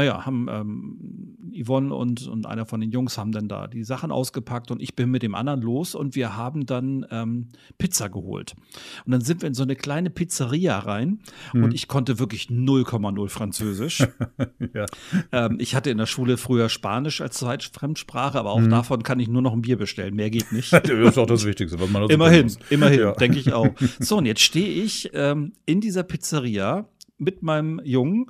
haben Yvonne und einer von den Jungs haben dann da die Sachen ausgepackt und ich bin mit dem anderen los und wir haben dann Pizza geholt. Und dann sind wir in so eine kleine Pizzeria rein und ich konnte wirklich 0,0 Französisch. Ja. Ich hatte in der Schule früher Spanisch als Zweitfremdsprache, aber auch davon kann ich nur noch ein Bier bestellen. Mehr geht nicht. Das ist auch das Wichtigste, was man dazu Immerhin, ja. Denke ich auch. So, und jetzt stehe ich in dieser Pizzeria mit meinem Jungen,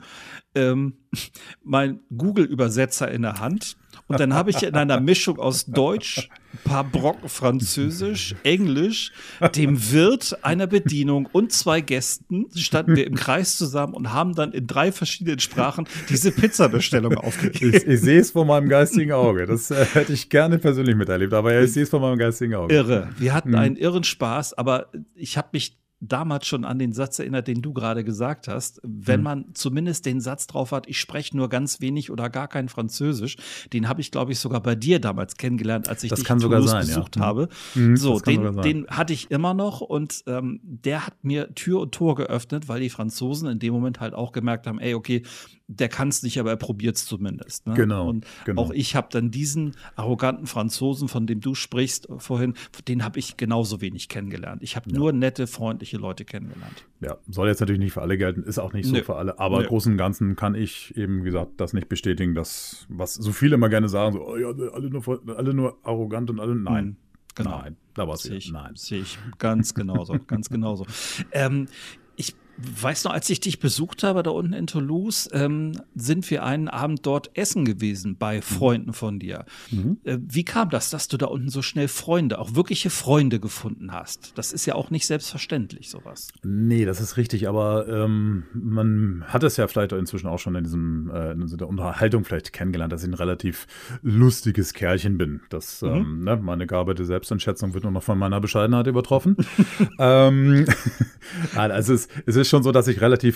mein Google-Übersetzer in der Hand. Und dann habe ich in einer Mischung aus Deutsch, ein paar Brocken Französisch, Englisch, dem Wirt, einer Bedienung und 2 Gästen standen wir im Kreis zusammen und haben dann in 3 verschiedenen Sprachen diese Pizzabestellung aufgegeben. Ich sehe es vor meinem geistigen Auge. Das hätte ich gerne persönlich miterlebt, aber ich sehe es vor meinem geistigen Auge. Irre. Wir hatten einen irren Spaß, aber ich habe mich damals schon an den Satz erinnert, den du gerade gesagt hast. Wenn man zumindest den Satz drauf hat, ich spreche nur ganz wenig oder gar kein Französisch, den habe ich, glaube ich, sogar bei dir damals kennengelernt, als ich dich in Toulouse besucht habe. So, den hatte ich immer noch und der hat mir Tür und Tor geöffnet, weil die Franzosen in dem Moment halt auch gemerkt haben, ey, okay, der kann es nicht, aber er probiert es zumindest. Ne? Genau. Und auch ich habe dann diesen arroganten Franzosen, von dem du sprichst vorhin, den habe ich genauso wenig kennengelernt. Ich habe nur nette, freundliche Leute kennengelernt. Ja, soll jetzt natürlich nicht für alle gelten, ist auch nicht so für alle. Aber im Großen und Ganzen kann ich eben, wie gesagt, das nicht bestätigen, dass, was so viele immer gerne sagen, so, oh ja, alle nur arrogant und alle, nein. Genau. Nein, da war es nicht. Nein. Sehe ich ganz genauso, ganz genauso. Ich weiß noch, als ich dich besucht habe da unten in Toulouse, sind wir einen Abend dort essen gewesen bei Freunden von dir. Wie kam das, dass du da unten so schnell Freunde, auch wirkliche Freunde gefunden hast? Das ist ja auch nicht selbstverständlich, sowas. Nee, das ist richtig, aber man hat es ja vielleicht inzwischen auch schon in der Unterhaltung vielleicht kennengelernt, dass ich ein relativ lustiges Kerlchen bin. Das, meine Gabe der Selbsteinschätzung wird nur noch von meiner Bescheidenheit übertroffen. Also es ist schon so, dass ich relativ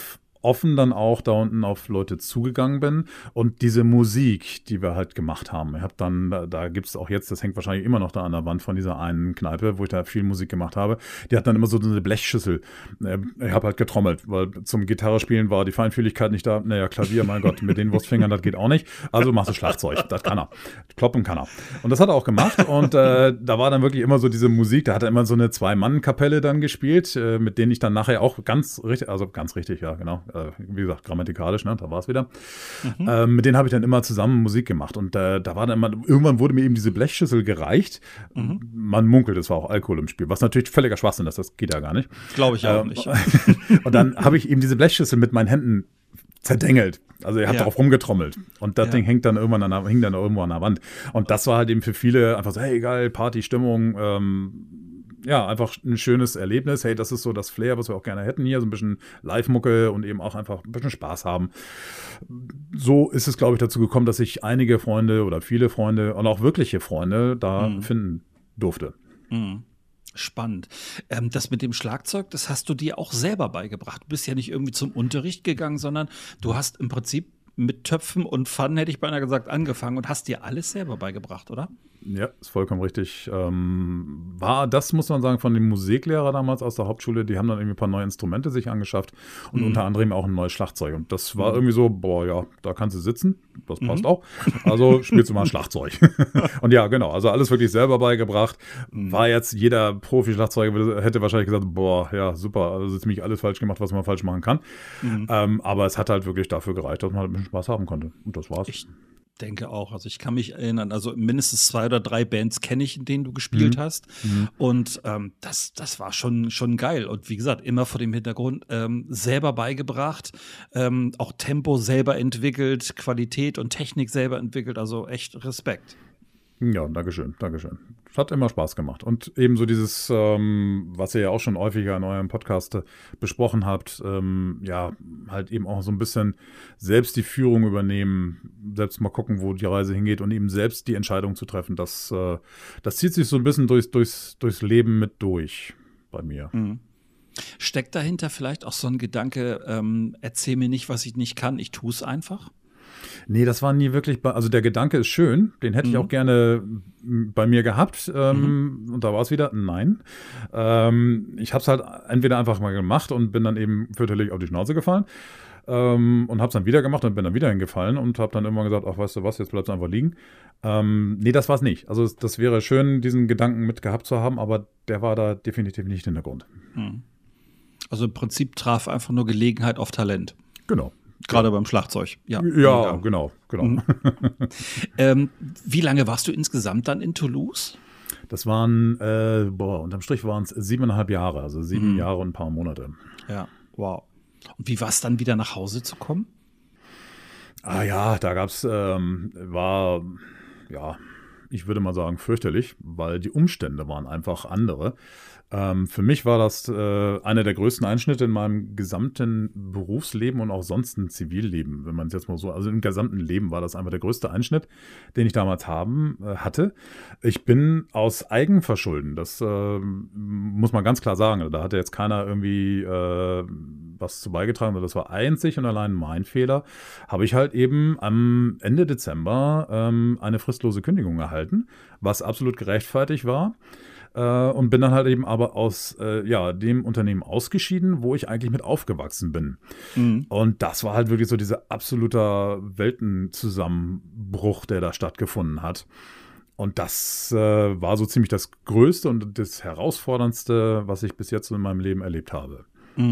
offen dann auch da unten auf Leute zugegangen bin und diese Musik, die wir halt gemacht haben. Ich habe dann, da gibt es auch jetzt, das hängt wahrscheinlich immer noch da an der Wand von dieser einen Kneipe, wo ich da viel Musik gemacht habe, die hat dann immer so eine Blechschüssel. Ich habe halt getrommelt, weil zum Gitarrespielen war die Feinfühligkeit nicht da. Naja, Klavier, mein Gott, mit den Wurstfingern, das geht auch nicht. Also machst du Schlagzeug, das kann er. Kloppen kann er. Und das hat er auch gemacht und da war dann wirklich immer so diese Musik, da hat er immer so eine Zwei-Mann-Kapelle dann gespielt, mit denen ich dann nachher auch ganz richtig, ja genau, wie gesagt, grammatikalisch, ne, da war es wieder. Mit denen habe ich dann immer zusammen Musik gemacht und da war dann immer, irgendwann wurde mir eben diese Blechschüssel gereicht. Man munkelt, es war auch Alkohol im Spiel, was natürlich völliger Schwachsinn ist, das geht ja gar nicht. Glaube ich auch nicht. Und dann habe ich eben diese Blechschüssel mit meinen Händen zerdengelt. Also er hat darauf rumgetrommelt. Und das Ding hing dann irgendwo an der Wand. Und das war halt eben für viele einfach so, hey, geil, Party-Stimmung, einfach ein schönes Erlebnis. Hey, das ist so das Flair, was wir auch gerne hätten hier. So ein bisschen Live-Mucke und eben auch einfach ein bisschen Spaß haben. So ist es, glaube ich, dazu gekommen, dass ich einige Freunde oder viele Freunde und auch wirkliche Freunde da finden durfte. Spannend. Das mit dem Schlagzeug, das hast du dir auch selber beigebracht. Du bist ja nicht irgendwie zum Unterricht gegangen, sondern du hast im Prinzip mit Töpfen und Pfannen, hätte ich beinahe gesagt, angefangen und hast dir alles selber beigebracht, oder? Ja, ist vollkommen richtig. Das muss man sagen, von dem Musiklehrer damals aus der Hauptschule, die haben dann irgendwie ein paar neue Instrumente sich angeschafft und unter anderem auch ein neues Schlagzeug. Und das war irgendwie so, da kannst du sitzen, das passt auch. Also spielst du mal ein Schlagzeug. Und ja, genau, also alles wirklich selber beigebracht. War jetzt jeder Profi-Schlagzeuger, hätte wahrscheinlich gesagt, ja, super, also ziemlich alles falsch gemacht, was man falsch machen kann. Aber es hat halt wirklich dafür gereicht, dass man halt ein bisschen Spaß haben konnte. Und das war's. Ich denke auch. Also ich kann mich erinnern, also mindestens 2 oder 3 Bands kenne ich, in denen du gespielt hast. Und das war schon geil. Und wie gesagt, immer vor dem Hintergrund selber beigebracht, auch Tempo selber entwickelt, Qualität und Technik selber entwickelt. Also echt Respekt. Ja, Dankeschön. Es hat immer Spaß gemacht. Und ebenso dieses, was ihr ja auch schon häufiger in eurem Podcast besprochen habt, halt eben auch so ein bisschen selbst die Führung übernehmen, selbst mal gucken, wo die Reise hingeht und eben selbst die Entscheidung zu treffen. Das zieht sich so ein bisschen durchs Leben mit durch bei mir. Steckt dahinter vielleicht auch so ein Gedanke, erzähl mir nicht, was ich nicht kann, ich tue es einfach? Nee, das war nie wirklich, also der Gedanke ist schön, den hätte ich auch gerne bei mir gehabt und da war es wieder, nein. Ich habe es halt entweder einfach mal gemacht und bin dann eben fürchterlich auf die Schnauze gefallen und habe es dann wieder gemacht und bin dann wieder hingefallen und habe dann irgendwann gesagt, ach, weißt du was, jetzt bleibst du einfach liegen. Nee, das war es nicht. Also das wäre schön, diesen Gedanken mit gehabt zu haben, aber der war da definitiv nicht in der Grund. Also im Prinzip traf einfach nur Gelegenheit auf Talent. Genau. Gerade beim Schlagzeug. Ja, genau. Wie lange warst du insgesamt dann in Toulouse? Das waren, unterm Strich waren es 7,5 Jahre, also 7 Jahre und ein paar Monate. Ja, wow. Und wie war es dann wieder nach Hause zu kommen? Da gab es, ich würde mal sagen, fürchterlich, weil die Umstände waren einfach andere. Für mich war das einer der größten Einschnitte in meinem gesamten Berufsleben und auch sonst ein Zivilleben, wenn man es jetzt mal so, also im gesamten Leben war das einfach der größte Einschnitt, den ich damals hatte. Ich bin aus Eigenverschulden, das muss man ganz klar sagen, da hatte jetzt keiner irgendwie was zu beigetragen, das war einzig und allein mein Fehler, habe ich halt eben am Ende Dezember eine fristlose Kündigung erhalten, was absolut gerechtfertigt war. Und bin dann halt eben aber aus dem Unternehmen ausgeschieden, wo ich eigentlich mit aufgewachsen bin. Und das war halt wirklich so dieser absoluter Weltenzusammenbruch, der da stattgefunden hat. Und das war so ziemlich das Größte und das Herausforderndste, was ich bis jetzt in meinem Leben erlebt habe.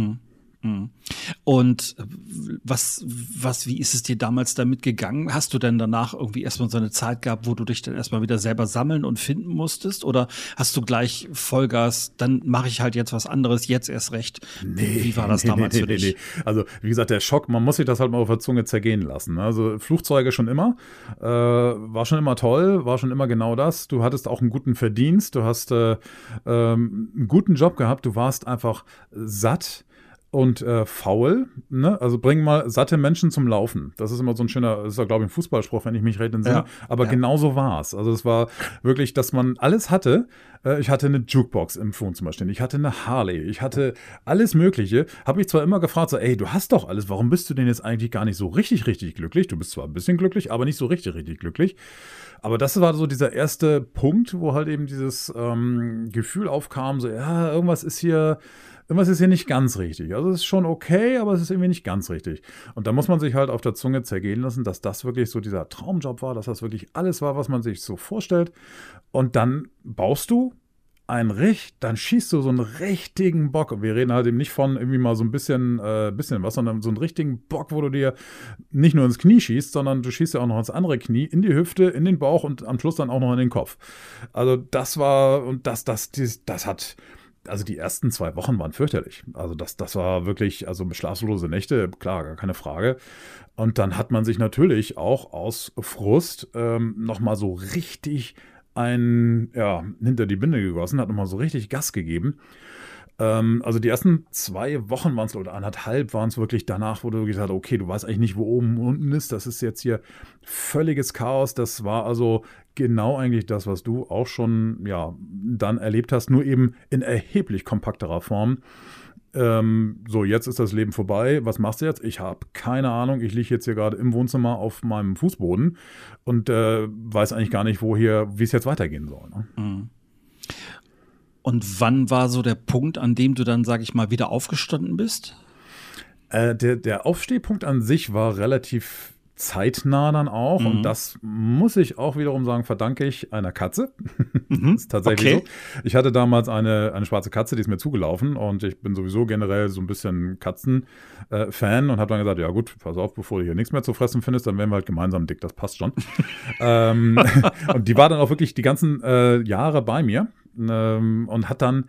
Und wie ist es dir damals damit gegangen? Hast du denn danach irgendwie erstmal so eine Zeit gehabt, wo du dich dann erstmal wieder selber sammeln und finden musstest? Oder hast du gleich Vollgas, dann mache ich halt jetzt was anderes, jetzt erst recht? Wie war das damals für dich? Nee. Also wie gesagt, der Schock, man muss sich das halt mal auf der Zunge zergehen lassen. Also Flugzeuge schon immer, war schon immer toll, war schon immer genau das. Du hattest auch einen guten Verdienst, du hast einen guten Job gehabt, du warst einfach satt. und faul, ne? Also bring mal satte Menschen zum Laufen. Das ist immer so ein schöner, das ist ja, glaube ich, ein Fußballspruch, wenn ich mich recht entsinne. Ja. Aber genau so war es. Also es war wirklich, dass man alles hatte. Ich hatte eine Jukebox im Wohnzimmer stehen. Ich hatte eine Harley. Ich hatte alles Mögliche. Habe ich zwar immer gefragt, so, ey, du hast doch alles. Warum bist du denn jetzt eigentlich gar nicht so richtig, richtig glücklich? Du bist zwar ein bisschen glücklich, aber nicht so richtig, richtig glücklich. Aber das war so dieser erste Punkt, wo halt eben dieses Gefühl aufkam, so, ja, irgendwas ist hier nicht ganz richtig. Also es ist schon okay, aber es ist irgendwie nicht ganz richtig. Und da muss man sich halt auf der Zunge zergehen lassen, dass das wirklich so dieser Traumjob war, dass das wirklich alles war, was man sich so vorstellt. Und dann baust du dann schießt du so einen richtigen Bock. Und wir reden halt eben nicht von irgendwie mal so ein bisschen was, sondern so einen richtigen Bock, wo du dir nicht nur ins Knie schießt, sondern du schießt ja auch noch ins andere Knie, in die Hüfte, in den Bauch und am Schluss dann auch noch in den Kopf. Also das war, und das hat, also die ersten 2 Wochen waren fürchterlich. Also das war wirklich, also schlaflose Nächte, klar, gar keine Frage. Und dann hat man sich natürlich auch aus Frust nochmal so richtig hinter die Binde gegossen, hat nochmal so richtig Gas gegeben. Also die ersten 2 Wochen waren es, oder 1,5 waren es wirklich danach, wo du gesagt hast, okay, du weißt eigentlich nicht, wo oben und unten ist. Das ist jetzt hier völliges Chaos. Das war also genau eigentlich das, was du auch schon dann erlebt hast, nur eben in erheblich kompakterer Form. So, jetzt ist das Leben vorbei. Was machst du jetzt? Ich habe keine Ahnung. Ich liege jetzt hier gerade im Wohnzimmer auf meinem Fußboden und weiß eigentlich gar nicht, wie es jetzt weitergehen soll. Ne? Mhm. Und wann war so der Punkt, an dem du dann, sag ich mal, wieder aufgestanden bist? Der Aufstehpunkt an sich war relativ zeitnah dann auch. Und das muss ich auch wiederum sagen, verdanke ich einer Katze. Das ist tatsächlich so. Ich hatte damals eine schwarze Katze, die ist mir zugelaufen und ich bin sowieso generell so ein bisschen Katzen-Fan und habe dann gesagt, ja gut, pass auf, bevor du hier nichts mehr zu fressen findest, dann werden wir halt gemeinsam dick, das passt schon. Und die war dann auch wirklich die ganzen Jahre bei mir und hatte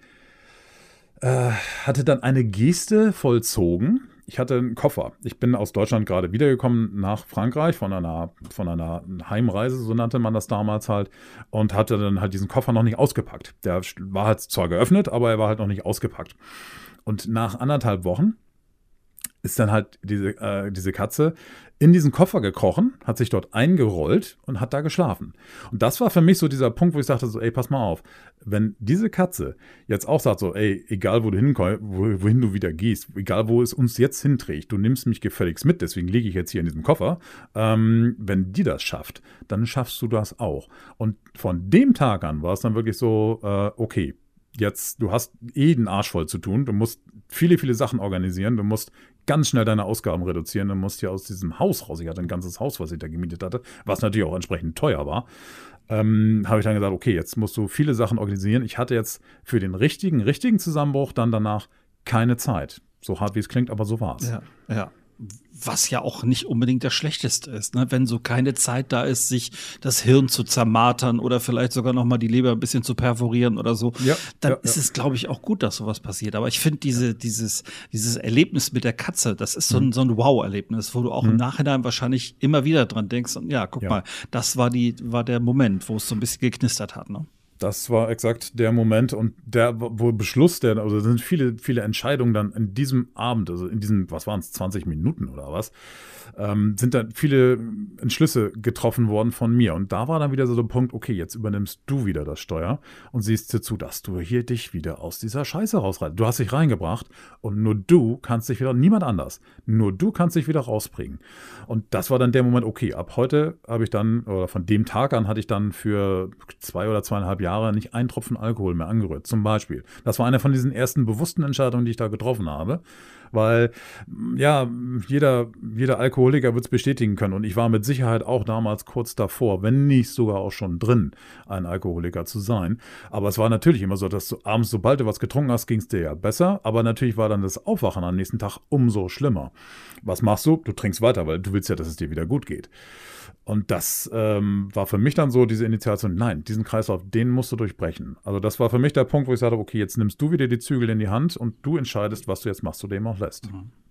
dann eine Geste vollzogen. Ich hatte einen Koffer. Ich bin aus Deutschland gerade wiedergekommen nach Frankreich von einer Heimreise, so nannte man das damals halt, und hatte dann halt diesen Koffer noch nicht ausgepackt. Der war halt zwar geöffnet, aber er war halt noch nicht ausgepackt. Und nach 1,5 Wochen ist dann halt diese Katze in diesen Koffer gekrochen, hat sich dort eingerollt und hat da geschlafen. Und das war für mich so dieser Punkt, wo ich sagte so, ey, pass mal auf, wenn diese Katze jetzt auch sagt so, ey, egal wohin du wieder gehst, egal wo es uns jetzt hinträgt, du nimmst mich gefälligst mit, deswegen liege ich jetzt hier in diesem Koffer, wenn die das schafft, dann schaffst du das auch. Und von dem Tag an war es dann wirklich so, okay, jetzt, du hast den Arsch voll zu tun, du musst viele, viele Sachen organisieren, du musst ganz schnell deine Ausgaben reduzieren, du musst hier aus diesem Haus raus, ich hatte ein ganzes Haus, was ich da gemietet hatte, was natürlich auch entsprechend teuer war, habe ich dann gesagt, okay, jetzt musst du viele Sachen organisieren. Ich hatte jetzt für den richtigen Zusammenbruch dann danach keine Zeit. So hart wie es klingt, aber so war es. Ja. Was ja auch nicht unbedingt das Schlechteste ist, ne? Wenn so keine Zeit da ist, sich das Hirn zu zermartern oder vielleicht sogar noch mal die Leber ein bisschen zu perforieren oder so, dann ist es, glaube ich, auch gut, dass sowas passiert. Aber ich finde dieses Erlebnis mit der Katze, das ist so ein Wow-Erlebnis, wo du auch im Nachhinein wahrscheinlich immer wieder dran denkst und guck mal, das war der Moment, wo es so ein bisschen geknistert hat, ne? Das war exakt der Moment und wo Beschluss, also sind viele, viele Entscheidungen dann in diesem Abend, also in diesen, was waren es, 20 Minuten oder was, sind dann viele Entschlüsse getroffen worden von mir. Und da war dann wieder so der Punkt, okay, jetzt übernimmst du wieder das Steuer und siehst dir zu, dass du hier dich wieder aus dieser Scheiße rausreißt. Du hast dich reingebracht und nur du kannst dich wieder, niemand anders, nur du kannst dich wieder rausbringen. Und das war dann der Moment, okay, ab heute habe ich dann, oder von dem Tag an hatte ich dann für 2 oder 2,5 Jahre nicht einen Tropfen Alkohol mehr angerührt, zum Beispiel. Das war eine von diesen ersten bewussten Entscheidungen, die ich da getroffen habe, weil jeder Alkoholiker wird es bestätigen können und ich war mit Sicherheit auch damals kurz davor, wenn nicht sogar auch schon drin, ein Alkoholiker zu sein. Aber es war natürlich immer so, dass du abends, sobald du was getrunken hast, ging es dir ja besser, aber natürlich war dann das Aufwachen am nächsten Tag umso schlimmer. Was machst du? Du trinkst weiter, weil du willst ja, dass es dir wieder gut geht. Und das war für mich dann so diese Initiation, nein, diesen Kreislauf, den musst du durchbrechen. Also das war für mich der Punkt, wo ich sagte, okay, jetzt nimmst du wieder die Zügel in die Hand und du entscheidest, was du jetzt machst, du dem auch lässt.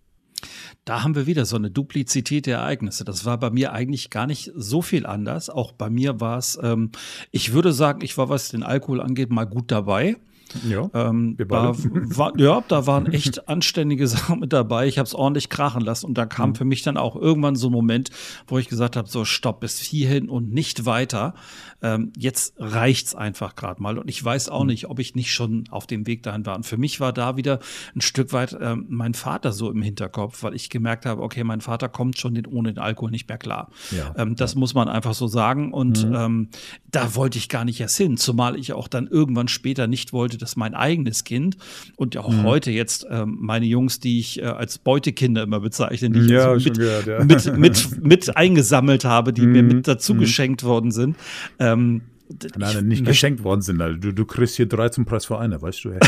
Da haben wir wieder so eine Duplizität der Ereignisse. Das war bei mir eigentlich gar nicht so viel anders. Auch bei mir war es, ich würde sagen, ich war, was den Alkohol angeht, mal gut dabei. Ja, wir Da, beide. da waren echt anständige Sachen mit dabei. Ich habe es ordentlich krachen lassen und da kam für mich dann auch irgendwann so ein Moment, wo ich gesagt habe, so stopp, bis hierhin und nicht weiter. Jetzt reicht's einfach gerade mal und ich weiß auch nicht, ob ich nicht schon auf dem Weg dahin war. Und für mich war da wieder ein Stück weit mein Vater so im Hinterkopf, weil ich gemerkt habe, okay, mein Vater kommt schon ohne den Alkohol nicht mehr klar. Ja, das muss man einfach so sagen und da wollte ich gar nicht erst hin, zumal ich auch dann irgendwann später nicht wollte, dass mein eigenes Kind und auch heute jetzt meine Jungs, die ich als Beutekinder immer bezeichne, die ich Ja, also schon gehört, ja. mit eingesammelt habe, die mir mit dazu geschenkt worden sind. Nein, nicht geschenkt worden sind. Also du kriegst hier 3 zum Preis für eine, weißt du. Hey.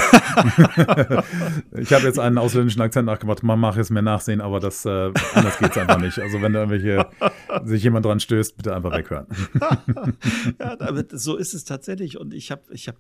Ich habe jetzt einen ausländischen Akzent nachgemacht. Man mag es mir nachsehen, aber das anders geht's einfach nicht. Also wenn da sich jemand dran stößt, bitte einfach weghören. Ja, aber so ist es tatsächlich. Und ich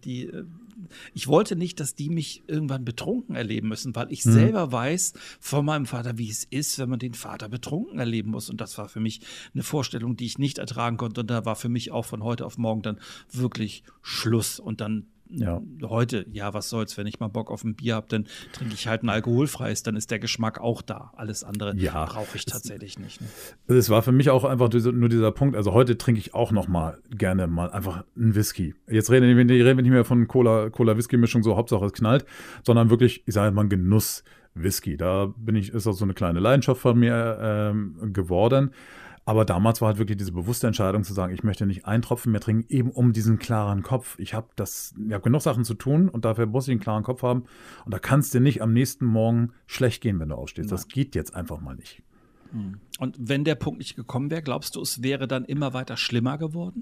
wollte nicht, dass die mich irgendwann betrunken erleben müssen, weil ich selber weiß von meinem Vater, wie es ist, wenn man den Vater betrunken erleben muss. Und das war für mich eine Vorstellung, die ich nicht ertragen konnte. Und da war für mich auch von heute auf morgen dann wirklich Schluss. Und dann heute, ja, was soll's, wenn ich mal Bock auf ein Bier habe, dann trinke ich halt ein alkoholfreies, dann ist der Geschmack auch da. Alles andere brauche ich tatsächlich nicht. Ne? Es war für mich auch einfach nur dieser Punkt, also heute trinke ich auch noch mal gerne mal einfach einen Whisky. Jetzt reden wir nicht mehr von Cola-Whisky-Mischung, so Hauptsache es knallt, sondern wirklich, ich sage mal, ein Genuss Whisky. Ist auch so eine kleine Leidenschaft von mir geworden. Aber damals war halt wirklich diese bewusste Entscheidung zu sagen, ich möchte nicht einen Tropfen mehr trinken, eben um diesen klaren Kopf. Ich habe genug Sachen zu tun und dafür muss ich einen klaren Kopf haben. Und da kann es dir nicht am nächsten Morgen schlecht gehen, wenn du aufstehst. Das geht jetzt einfach mal nicht. Und wenn der Punkt nicht gekommen wäre, glaubst du, es wäre dann immer weiter schlimmer geworden?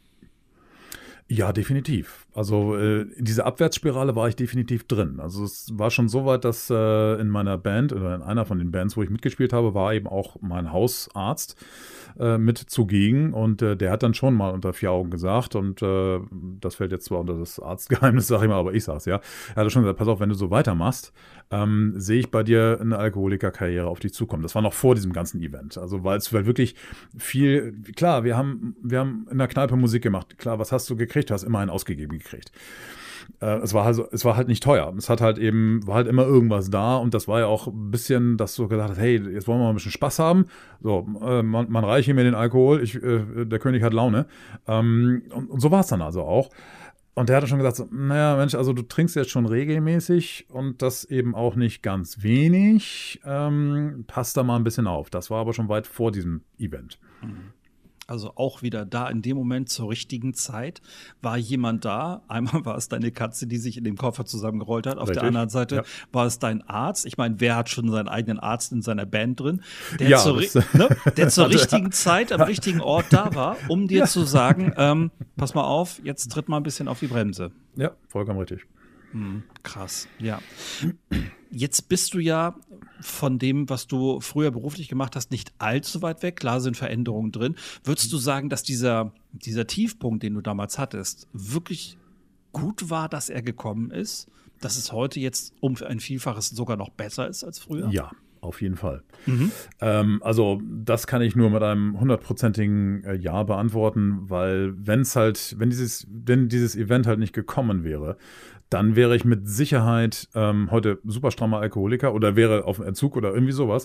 Ja, definitiv. Also in dieser Abwärtsspirale war ich definitiv drin. Also es war schon so weit, dass in meiner Band oder in einer von den Bands, wo ich mitgespielt habe, war eben auch mein Hausarzt mit zugegen und der hat dann schon mal unter 4 Augen gesagt und das fällt jetzt zwar unter das Arztgeheimnis, sag ich mal, aber ich sag's ja. Er hat schon gesagt, pass auf, wenn du so weitermachst, sehe ich bei dir eine Alkoholikerkarriere auf dich zukommen. Das war noch vor diesem ganzen Event. Also weil wirklich viel, klar, wir haben in der Kneipe Musik gemacht. Klar, was hast du gekriegt? Du hast immer einen ausgegeben gekriegt. Es war halt nicht teuer. Es war halt immer irgendwas da und das war ja auch ein bisschen, dass du gesagt hast, hey, jetzt wollen wir mal ein bisschen Spaß haben. So, man reiche mir den Alkohol, der König hat Laune. Und so war es dann also auch. Und der hat schon gesagt, so, naja, Mensch, also du trinkst jetzt schon regelmäßig und das eben auch nicht ganz wenig. Passt da mal ein bisschen auf. Das war aber schon weit vor diesem Event. Also auch wieder da in dem Moment zur richtigen Zeit war jemand da. Einmal war es deine Katze, die sich in dem Koffer zusammengerollt hat. Auf der anderen Seite war es dein Arzt. Ich meine, wer hat schon seinen eigenen Arzt in seiner Band drin? Der zur richtigen Zeit am richtigen Ort da war, um dir zu sagen, pass mal auf, jetzt tritt mal ein bisschen auf die Bremse. Ja, vollkommen richtig. Krass, ja. Jetzt bist du ja von dem, was du früher beruflich gemacht hast, nicht allzu weit weg. Klar sind Veränderungen drin. Würdest du sagen, dass dieser Tiefpunkt, den du damals hattest, wirklich gut war, dass er gekommen ist? Dass es heute jetzt um ein Vielfaches sogar noch besser ist als früher? Ja, auf jeden Fall. Also das kann ich nur mit einem 100%igen Ja beantworten, weil wenn dieses Event halt nicht gekommen wäre, dann wäre ich mit Sicherheit heute super strammer Alkoholiker oder wäre auf dem Entzug oder irgendwie sowas.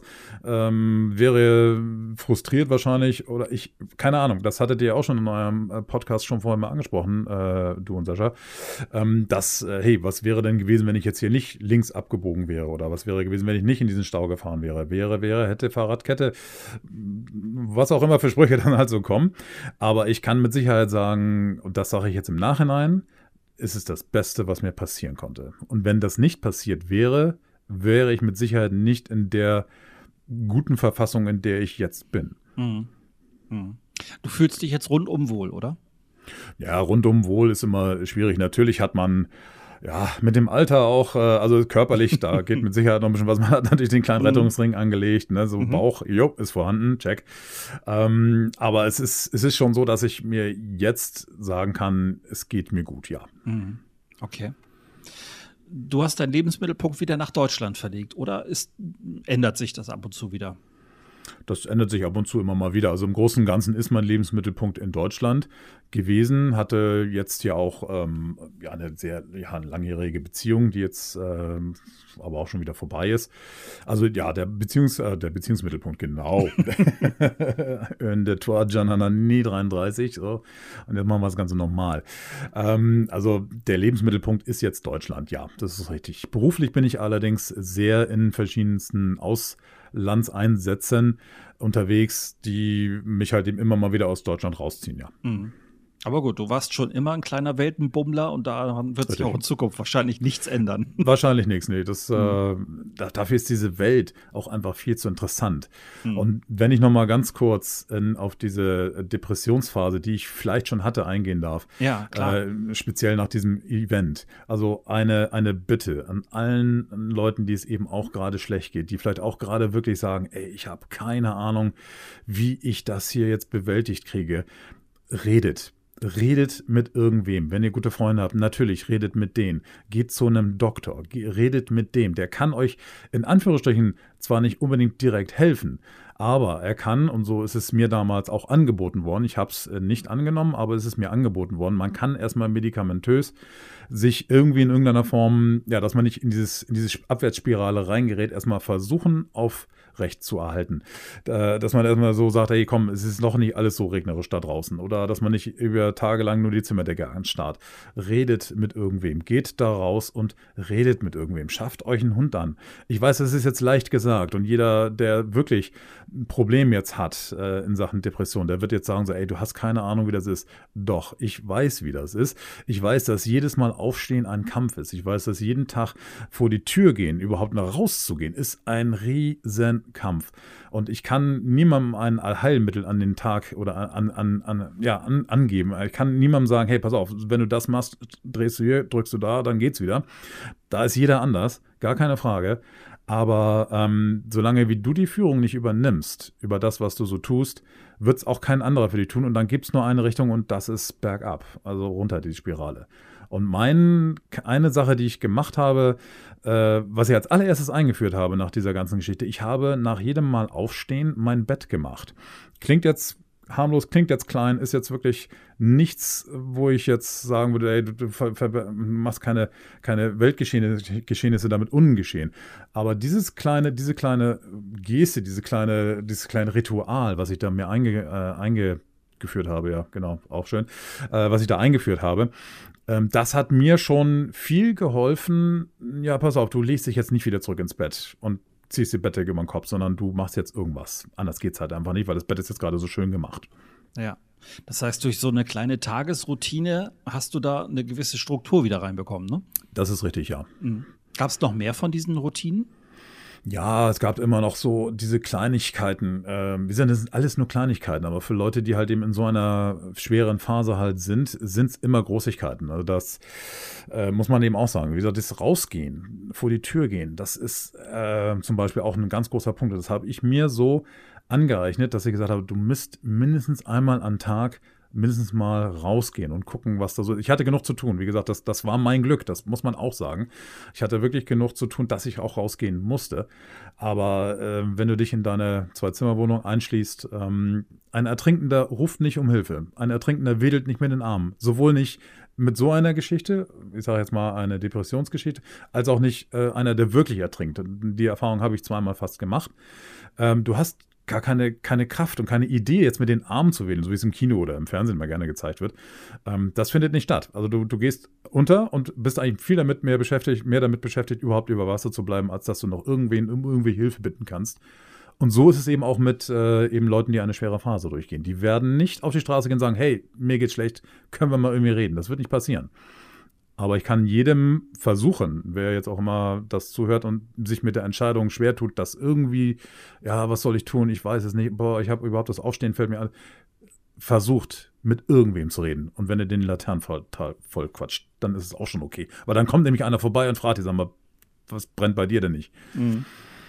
Wäre frustriert wahrscheinlich oder keine Ahnung, das hattet ihr auch schon in eurem Podcast schon vorher mal angesprochen, du und Sascha, hey, was wäre denn gewesen, wenn ich jetzt hier nicht links abgebogen wäre oder was wäre gewesen, wenn ich nicht in diesen Stau gefahren wäre? Hätte, Fahrradkette, was auch immer für Sprüche dann halt so kommen. Aber ich kann mit Sicherheit sagen, und das sage ich jetzt im Nachhinein, ist es das Beste, was mir passieren konnte. Und wenn das nicht passiert wäre, wäre ich mit Sicherheit nicht in der guten Verfassung, in der ich jetzt bin. Du fühlst dich jetzt rundum wohl, oder? Ja, rundum wohl ist immer schwierig. Natürlich hat man mit dem Alter auch, also körperlich, da geht mit Sicherheit noch ein bisschen was. Man hat natürlich den kleinen Rettungsring angelegt, ne? So Bauch, ist vorhanden, check. Aber es ist schon so, dass ich mir jetzt sagen kann, es geht mir gut, ja. Okay. Du hast deinen Lebensmittelpunkt wieder nach Deutschland verlegt, oder ändert sich das ab und zu wieder? Das ändert sich ab und zu immer mal wieder. Also im Großen und Ganzen ist mein Lebensmittelpunkt in Deutschland. gewesen, hatte jetzt ja auch eine sehr langjährige Beziehung, die jetzt aber auch schon wieder vorbei ist. Also ja, der Beziehungsmittelpunkt, genau. In der Tor Jananani 33, so. Und jetzt machen wir das Ganze nochmal. Also der Lebensmittelpunkt ist jetzt Deutschland, ja, das ist richtig. Beruflich bin ich allerdings sehr in verschiedensten Auslandseinsätzen unterwegs, die mich halt eben immer mal wieder aus Deutschland rausziehen, ja. Mhm. Aber gut, du warst schon immer ein kleiner Weltenbummler und daran wird sich auch in Zukunft wahrscheinlich nichts ändern. Wahrscheinlich nichts, nee. Dafür ist diese Welt auch einfach viel zu interessant. Und wenn ich noch mal ganz kurz auf diese Depressionsphase, die ich vielleicht schon hatte, eingehen darf, ja, klar. Speziell nach diesem Event. Also eine Bitte an allen Leuten, die es eben auch gerade schlecht geht, die vielleicht auch gerade wirklich sagen, ey, ich habe keine Ahnung, wie ich das hier jetzt bewältigt kriege. Redet mit irgendwem. Wenn ihr gute Freunde habt, natürlich redet mit denen. Geht zu einem Doktor, redet mit dem. Der kann euch in Anführungsstrichen zwar nicht unbedingt direkt helfen, aber er kann, und so ist es mir damals auch angeboten worden, ich habe es nicht angenommen, aber es ist mir angeboten worden, man kann erstmal medikamentös sich irgendwie in irgendeiner Form, ja, dass man nicht in diese Abwärtsspirale reingerät, erstmal versuchen aufrecht zu erhalten. Dass man erstmal so sagt, hey komm, es ist noch nicht alles so regnerisch da draußen. Oder dass man nicht über Tage lang nur die Zimmerdecke anstarrt. Redet mit irgendwem. Geht da raus und redet mit irgendwem. Schafft euch einen Hund an. Ich weiß, das ist jetzt leicht gesagt. Und jeder, der wirklich ein Problem jetzt hat in Sachen Depression, der wird jetzt sagen so, ey, du hast keine Ahnung, wie das ist. Doch, ich weiß, wie das ist. Ich weiß, dass jedes Mal Aufstehen ein Kampf ist. Ich weiß, dass jeden Tag vor die Tür gehen, überhaupt noch rauszugehen, ist ein Riesenkampf. Und ich kann niemandem ein Allheilmittel an den Tag oder angeben. Ich kann niemandem sagen, hey, pass auf, wenn du das machst, drehst du hier, drückst du da, dann geht's wieder. Da ist jeder anders, gar keine Frage. Aber solange wie du die Führung nicht übernimmst, über das, was du so tust, wird es auch kein anderer für dich tun. Und dann gibt es nur eine Richtung und das ist bergab, also runter die Spirale. Und eine Sache, die ich gemacht habe, was ich als allererstes eingeführt habe nach dieser ganzen Geschichte, ich habe nach jedem Mal Aufstehen mein Bett gemacht. Klingt jetzt harmlos, klingt jetzt klein, ist jetzt wirklich nichts, wo ich jetzt sagen würde, ey, du machst keine Weltgeschehnisse damit ungeschehen. Aber diese kleine Geste, dieses kleine Ritual, was ich da mir eingeführt habe, ja, genau, auch schön, was ich da eingeführt habe, das hat mir schon viel geholfen. Ja, pass auf, du legst dich jetzt nicht wieder zurück ins Bett und ziehst die Bettdecke über den Kopf, sondern du machst jetzt irgendwas. Anders geht's halt einfach nicht, weil das Bett ist jetzt gerade so schön gemacht. Ja, das heißt, durch so eine kleine Tagesroutine hast du da eine gewisse Struktur wieder reinbekommen, ne? Das ist richtig, ja. Gab es noch mehr von diesen Routinen? Ja, es gab immer noch so diese Kleinigkeiten. Das sind alles nur Kleinigkeiten, aber für Leute, die halt eben in so einer schweren Phase halt sind es immer Großigkeiten. Also das muss man eben auch sagen. Wie gesagt, das Rausgehen, vor die Tür gehen, das ist zum Beispiel auch ein ganz großer Punkt. Das habe ich mir so angeeignet, dass ich gesagt habe, du müsst mindestens einmal am Tag mindestens mal rausgehen und gucken, was da so ist. Ich hatte genug zu tun. Wie gesagt, das war mein Glück, das muss man auch sagen. Ich hatte wirklich genug zu tun, dass ich auch rausgehen musste. Aber wenn du dich in deine Zwei-Zimmer-Wohnung einschließt, ein Ertrinkender ruft nicht um Hilfe. Ein Ertrinkender wedelt nicht mit den Armen. Sowohl nicht mit so einer Geschichte, ich sage jetzt mal eine Depressionsgeschichte, als auch nicht einer, der wirklich ertrinkt. Die Erfahrung habe ich zweimal fast gemacht. Du hast gar keine Kraft und keine Idee, jetzt mit den Armen zu wählen, so wie es im Kino oder im Fernsehen mal gerne gezeigt wird. Das findet nicht statt. Also du gehst unter und bist eigentlich viel mehr damit beschäftigt, überhaupt über Wasser zu bleiben, als dass du noch irgendwen um irgendwie Hilfe bitten kannst. Und so ist es eben auch mit eben Leuten, die eine schwere Phase durchgehen. Die werden nicht auf die Straße gehen und sagen, hey, mir geht's schlecht, können wir mal irgendwie reden. Das wird nicht passieren. Aber ich kann jedem versuchen, wer jetzt auch immer das zuhört und sich mit der Entscheidung schwer tut, dass irgendwie, ja, was soll ich tun? Ich weiß es nicht. Boah, ich habe überhaupt das Aufstehen, fällt mir an. Versucht, mit irgendwem zu reden. Und wenn er den Laternen voll quatscht, dann ist es auch schon okay. Weil dann kommt nämlich einer vorbei und fragt, sag mal, was brennt bei dir denn nicht? Mhm.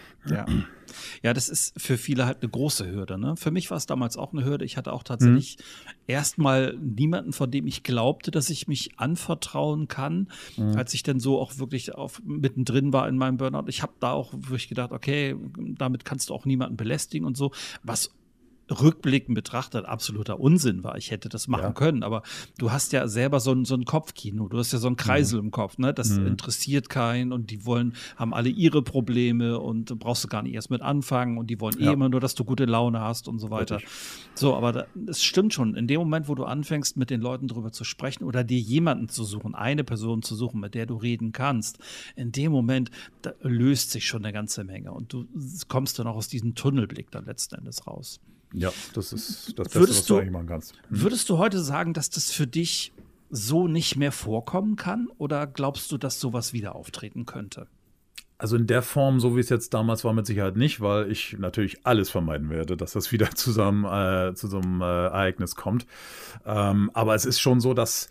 Ja, das ist für viele halt eine große Hürde. Ne? Für mich war es damals auch eine Hürde. Ich hatte auch tatsächlich erstmal niemanden, von dem ich glaubte, dass ich mich anvertrauen kann, als ich dann so auch wirklich mittendrin war in meinem Burnout. Ich habe da auch wirklich gedacht, okay, damit kannst du auch niemanden belästigen und so, was rückblickend betrachtet absoluter Unsinn war. Ich hätte das machen können, aber du hast ja selber so ein Kopfkino, du hast ja so einen Kreisel im Kopf, ne? Das interessiert keinen und die haben alle ihre Probleme und brauchst du gar nicht erst mit anfangen und die wollen immer nur, dass du gute Laune hast und so weiter. Richtig. So, aber es stimmt schon, in dem Moment, wo du anfängst, mit den Leuten drüber zu sprechen oder dir jemanden zu suchen, eine Person zu suchen, mit der du reden kannst, in dem Moment, da löst sich schon eine ganze Menge und du kommst dann auch aus diesem Tunnelblick dann letzten Endes raus. Ja, das ist das Beste, was du eigentlich machen kannst. Würdest du heute sagen, dass das für dich so nicht mehr vorkommen kann? Oder glaubst du, dass sowas wieder auftreten könnte? Also in der Form, so wie es jetzt damals war, mit Sicherheit nicht, weil ich natürlich alles vermeiden werde, dass das wieder zu so einem Ereignis kommt. Aber es ist schon so, dass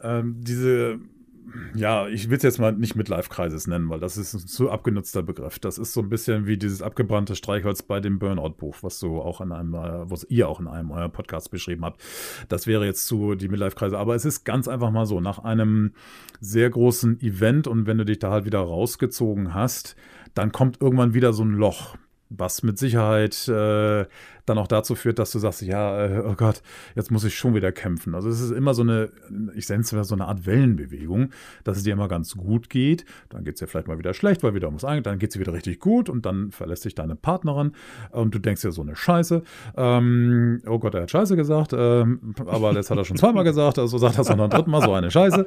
ich will es jetzt mal nicht Midlife-Crisis nennen, weil das ist ein zu abgenutzter Begriff. Das ist so ein bisschen wie dieses abgebrannte Streichholz bei dem Burnout-Buch, was ihr auch in einem eurer Podcast beschrieben habt. Das wäre jetzt zu die Midlife-Crisis. Aber es ist ganz einfach mal so, nach einem sehr großen Event und wenn du dich da halt wieder rausgezogen hast, dann kommt irgendwann wieder so ein Loch, was mit Sicherheit dann auch dazu führt, dass du sagst, oh Gott, jetzt muss ich schon wieder kämpfen. Also es ist immer so eine Art Wellenbewegung, dass es dir immer ganz gut geht, dann geht es dir vielleicht mal wieder schlecht, weil dann geht es dir wieder richtig gut und dann verlässt dich deine Partnerin und du denkst dir so eine Scheiße. Oh Gott, er hat Scheiße gesagt, aber jetzt hat er schon zweimal gesagt, also sagt er es noch ein dritten Mal, so eine Scheiße.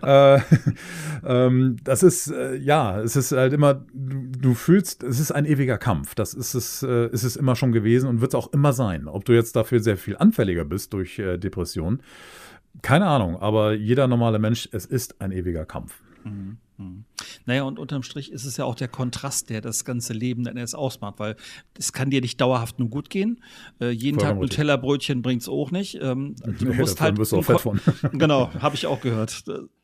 Das ist, es ist halt immer, du fühlst, es ist ein ewiger Kampf. Das ist es immer schon gewesen und wird es auch immer sein. Ob du jetzt dafür sehr viel anfälliger bist durch Depressionen, keine Ahnung, aber jeder normale Mensch, es ist ein ewiger Kampf. Naja, und unterm Strich ist es ja auch der Kontrast, der das ganze Leben dann erst ausmacht, weil es kann dir nicht dauerhaft nur gut gehen. Jeden Tag ein Tellerbrötchen bringt es auch nicht. Du musst halt wirst du auch fett von. Genau, habe ich auch gehört.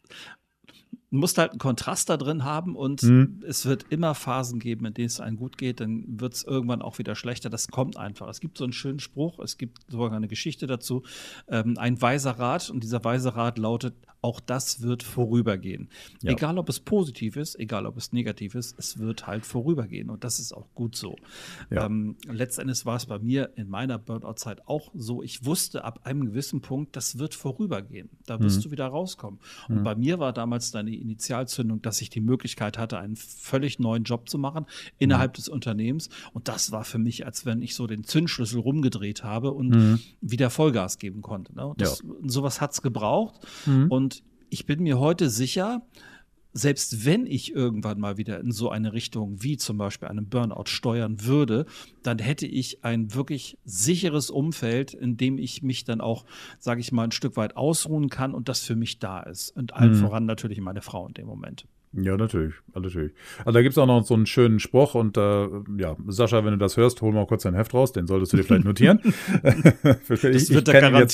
Du musst halt einen Kontrast da drin haben und es wird immer Phasen geben, in denen es einem gut geht, dann wird es irgendwann auch wieder schlechter. Das kommt einfach. Es gibt so einen schönen Spruch, es gibt sogar eine Geschichte dazu, ein weiser Rat und dieser weise Rat lautet, auch das wird vorübergehen. Ja. Egal, ob es positiv ist, egal, ob es negativ ist, es wird halt vorübergehen und das ist auch gut so. Ja. Letztendlich war es bei mir in meiner Burnout-Zeit auch so, ich wusste ab einem gewissen Punkt, das wird vorübergehen. Da wirst du wieder rauskommen. Und bei mir war damals deine Initialzündung, dass ich die Möglichkeit hatte, einen völlig neuen Job zu machen innerhalb des Unternehmens. Und das war für mich, als wenn ich so den Zündschlüssel rumgedreht habe und wieder Vollgas geben konnte. Ne? Sowas hat es gebraucht. Und ich bin mir heute sicher, selbst wenn ich irgendwann mal wieder in so eine Richtung wie zum Beispiel einem Burnout steuern würde, dann hätte ich ein wirklich sicheres Umfeld, in dem ich mich dann auch, sage ich mal, ein Stück weit ausruhen kann und das für mich da ist. Und allen voran natürlich meine Frau in dem Moment. Ja, natürlich. Also da gibt es auch noch so einen schönen Spruch und Sascha, wenn du das hörst, hol mal kurz dein Heft raus, den solltest du dir vielleicht notieren. Das wird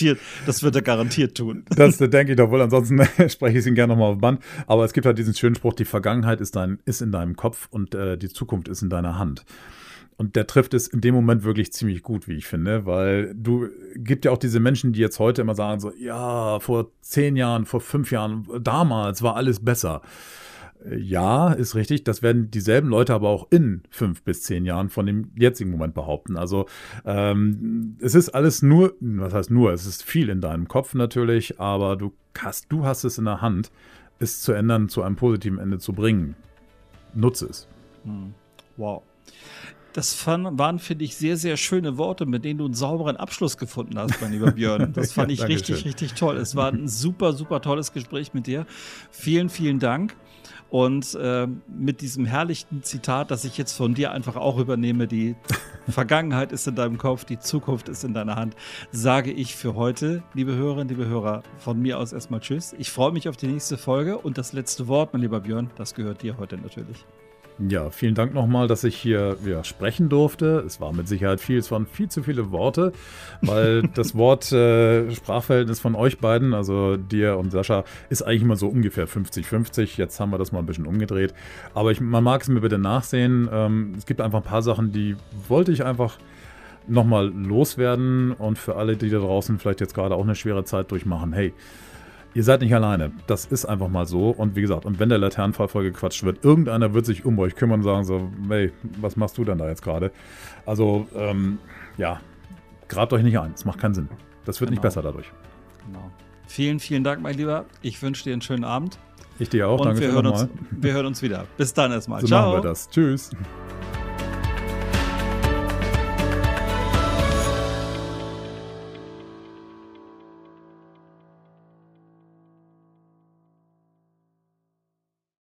er garantiert tun. Das denke ich doch wohl, ansonsten spreche ich es ihn gerne nochmal auf Band. Aber es gibt halt diesen schönen Spruch, die Vergangenheit ist in deinem Kopf und die Zukunft ist in deiner Hand. Und der trifft es in dem Moment wirklich ziemlich gut, wie ich finde, weil gibt ja auch diese Menschen, die jetzt heute immer sagen so, ja, vor 10 Jahren, vor 5 Jahren, damals war alles besser. Ja, ist richtig. Das werden dieselben Leute aber auch in 5 bis 10 Jahren von dem jetzigen Moment behaupten. Also es ist alles es ist viel in deinem Kopf natürlich, aber du hast es in der Hand, es zu ändern, zu einem positiven Ende zu bringen. Nutze es. Wow. Das waren, finde ich, sehr, sehr schöne Worte, mit denen du einen sauberen Abschluss gefunden hast, mein lieber Björn. Das fand ich richtig, richtig toll. Es war ein super, super tolles Gespräch mit dir. Vielen, vielen Dank. Und mit diesem herrlichen Zitat, das ich jetzt von dir einfach auch übernehme, die Vergangenheit ist in deinem Kopf, die Zukunft ist in deiner Hand, sage ich für heute, liebe Hörerinnen, liebe Hörer, von mir aus erstmal Tschüss. Ich freue mich auf die nächste Folge und das letzte Wort, mein lieber Björn, das gehört dir heute natürlich. Ja, vielen Dank nochmal, dass ich hier sprechen durfte. Es war mit Sicherheit es waren viel zu viele Worte, weil das Wort Sprachverhältnis von euch beiden, also dir und Sascha, ist eigentlich immer so ungefähr 50-50. Jetzt haben wir das mal ein bisschen umgedreht. Aber man mag es mir bitte nachsehen. Es gibt einfach ein paar Sachen, die wollte ich einfach nochmal loswerden. Und für alle, die da draußen vielleicht jetzt gerade auch eine schwere Zeit durchmachen, hey, ihr seid nicht alleine. Das ist einfach mal so. Und wie gesagt, und wenn der Laternenpfahl voll gequatscht wird, irgendeiner wird sich um euch kümmern und sagen so, hey, was machst du denn da jetzt gerade? Also, grabt euch nicht ein. Es macht keinen Sinn. Das wird nicht besser dadurch. Genau. Vielen, vielen Dank, mein Lieber. Ich wünsche dir einen schönen Abend. Ich dir auch. Und Danke wir hören uns wieder. Bis dann erstmal. So machen wir das. Tschüss.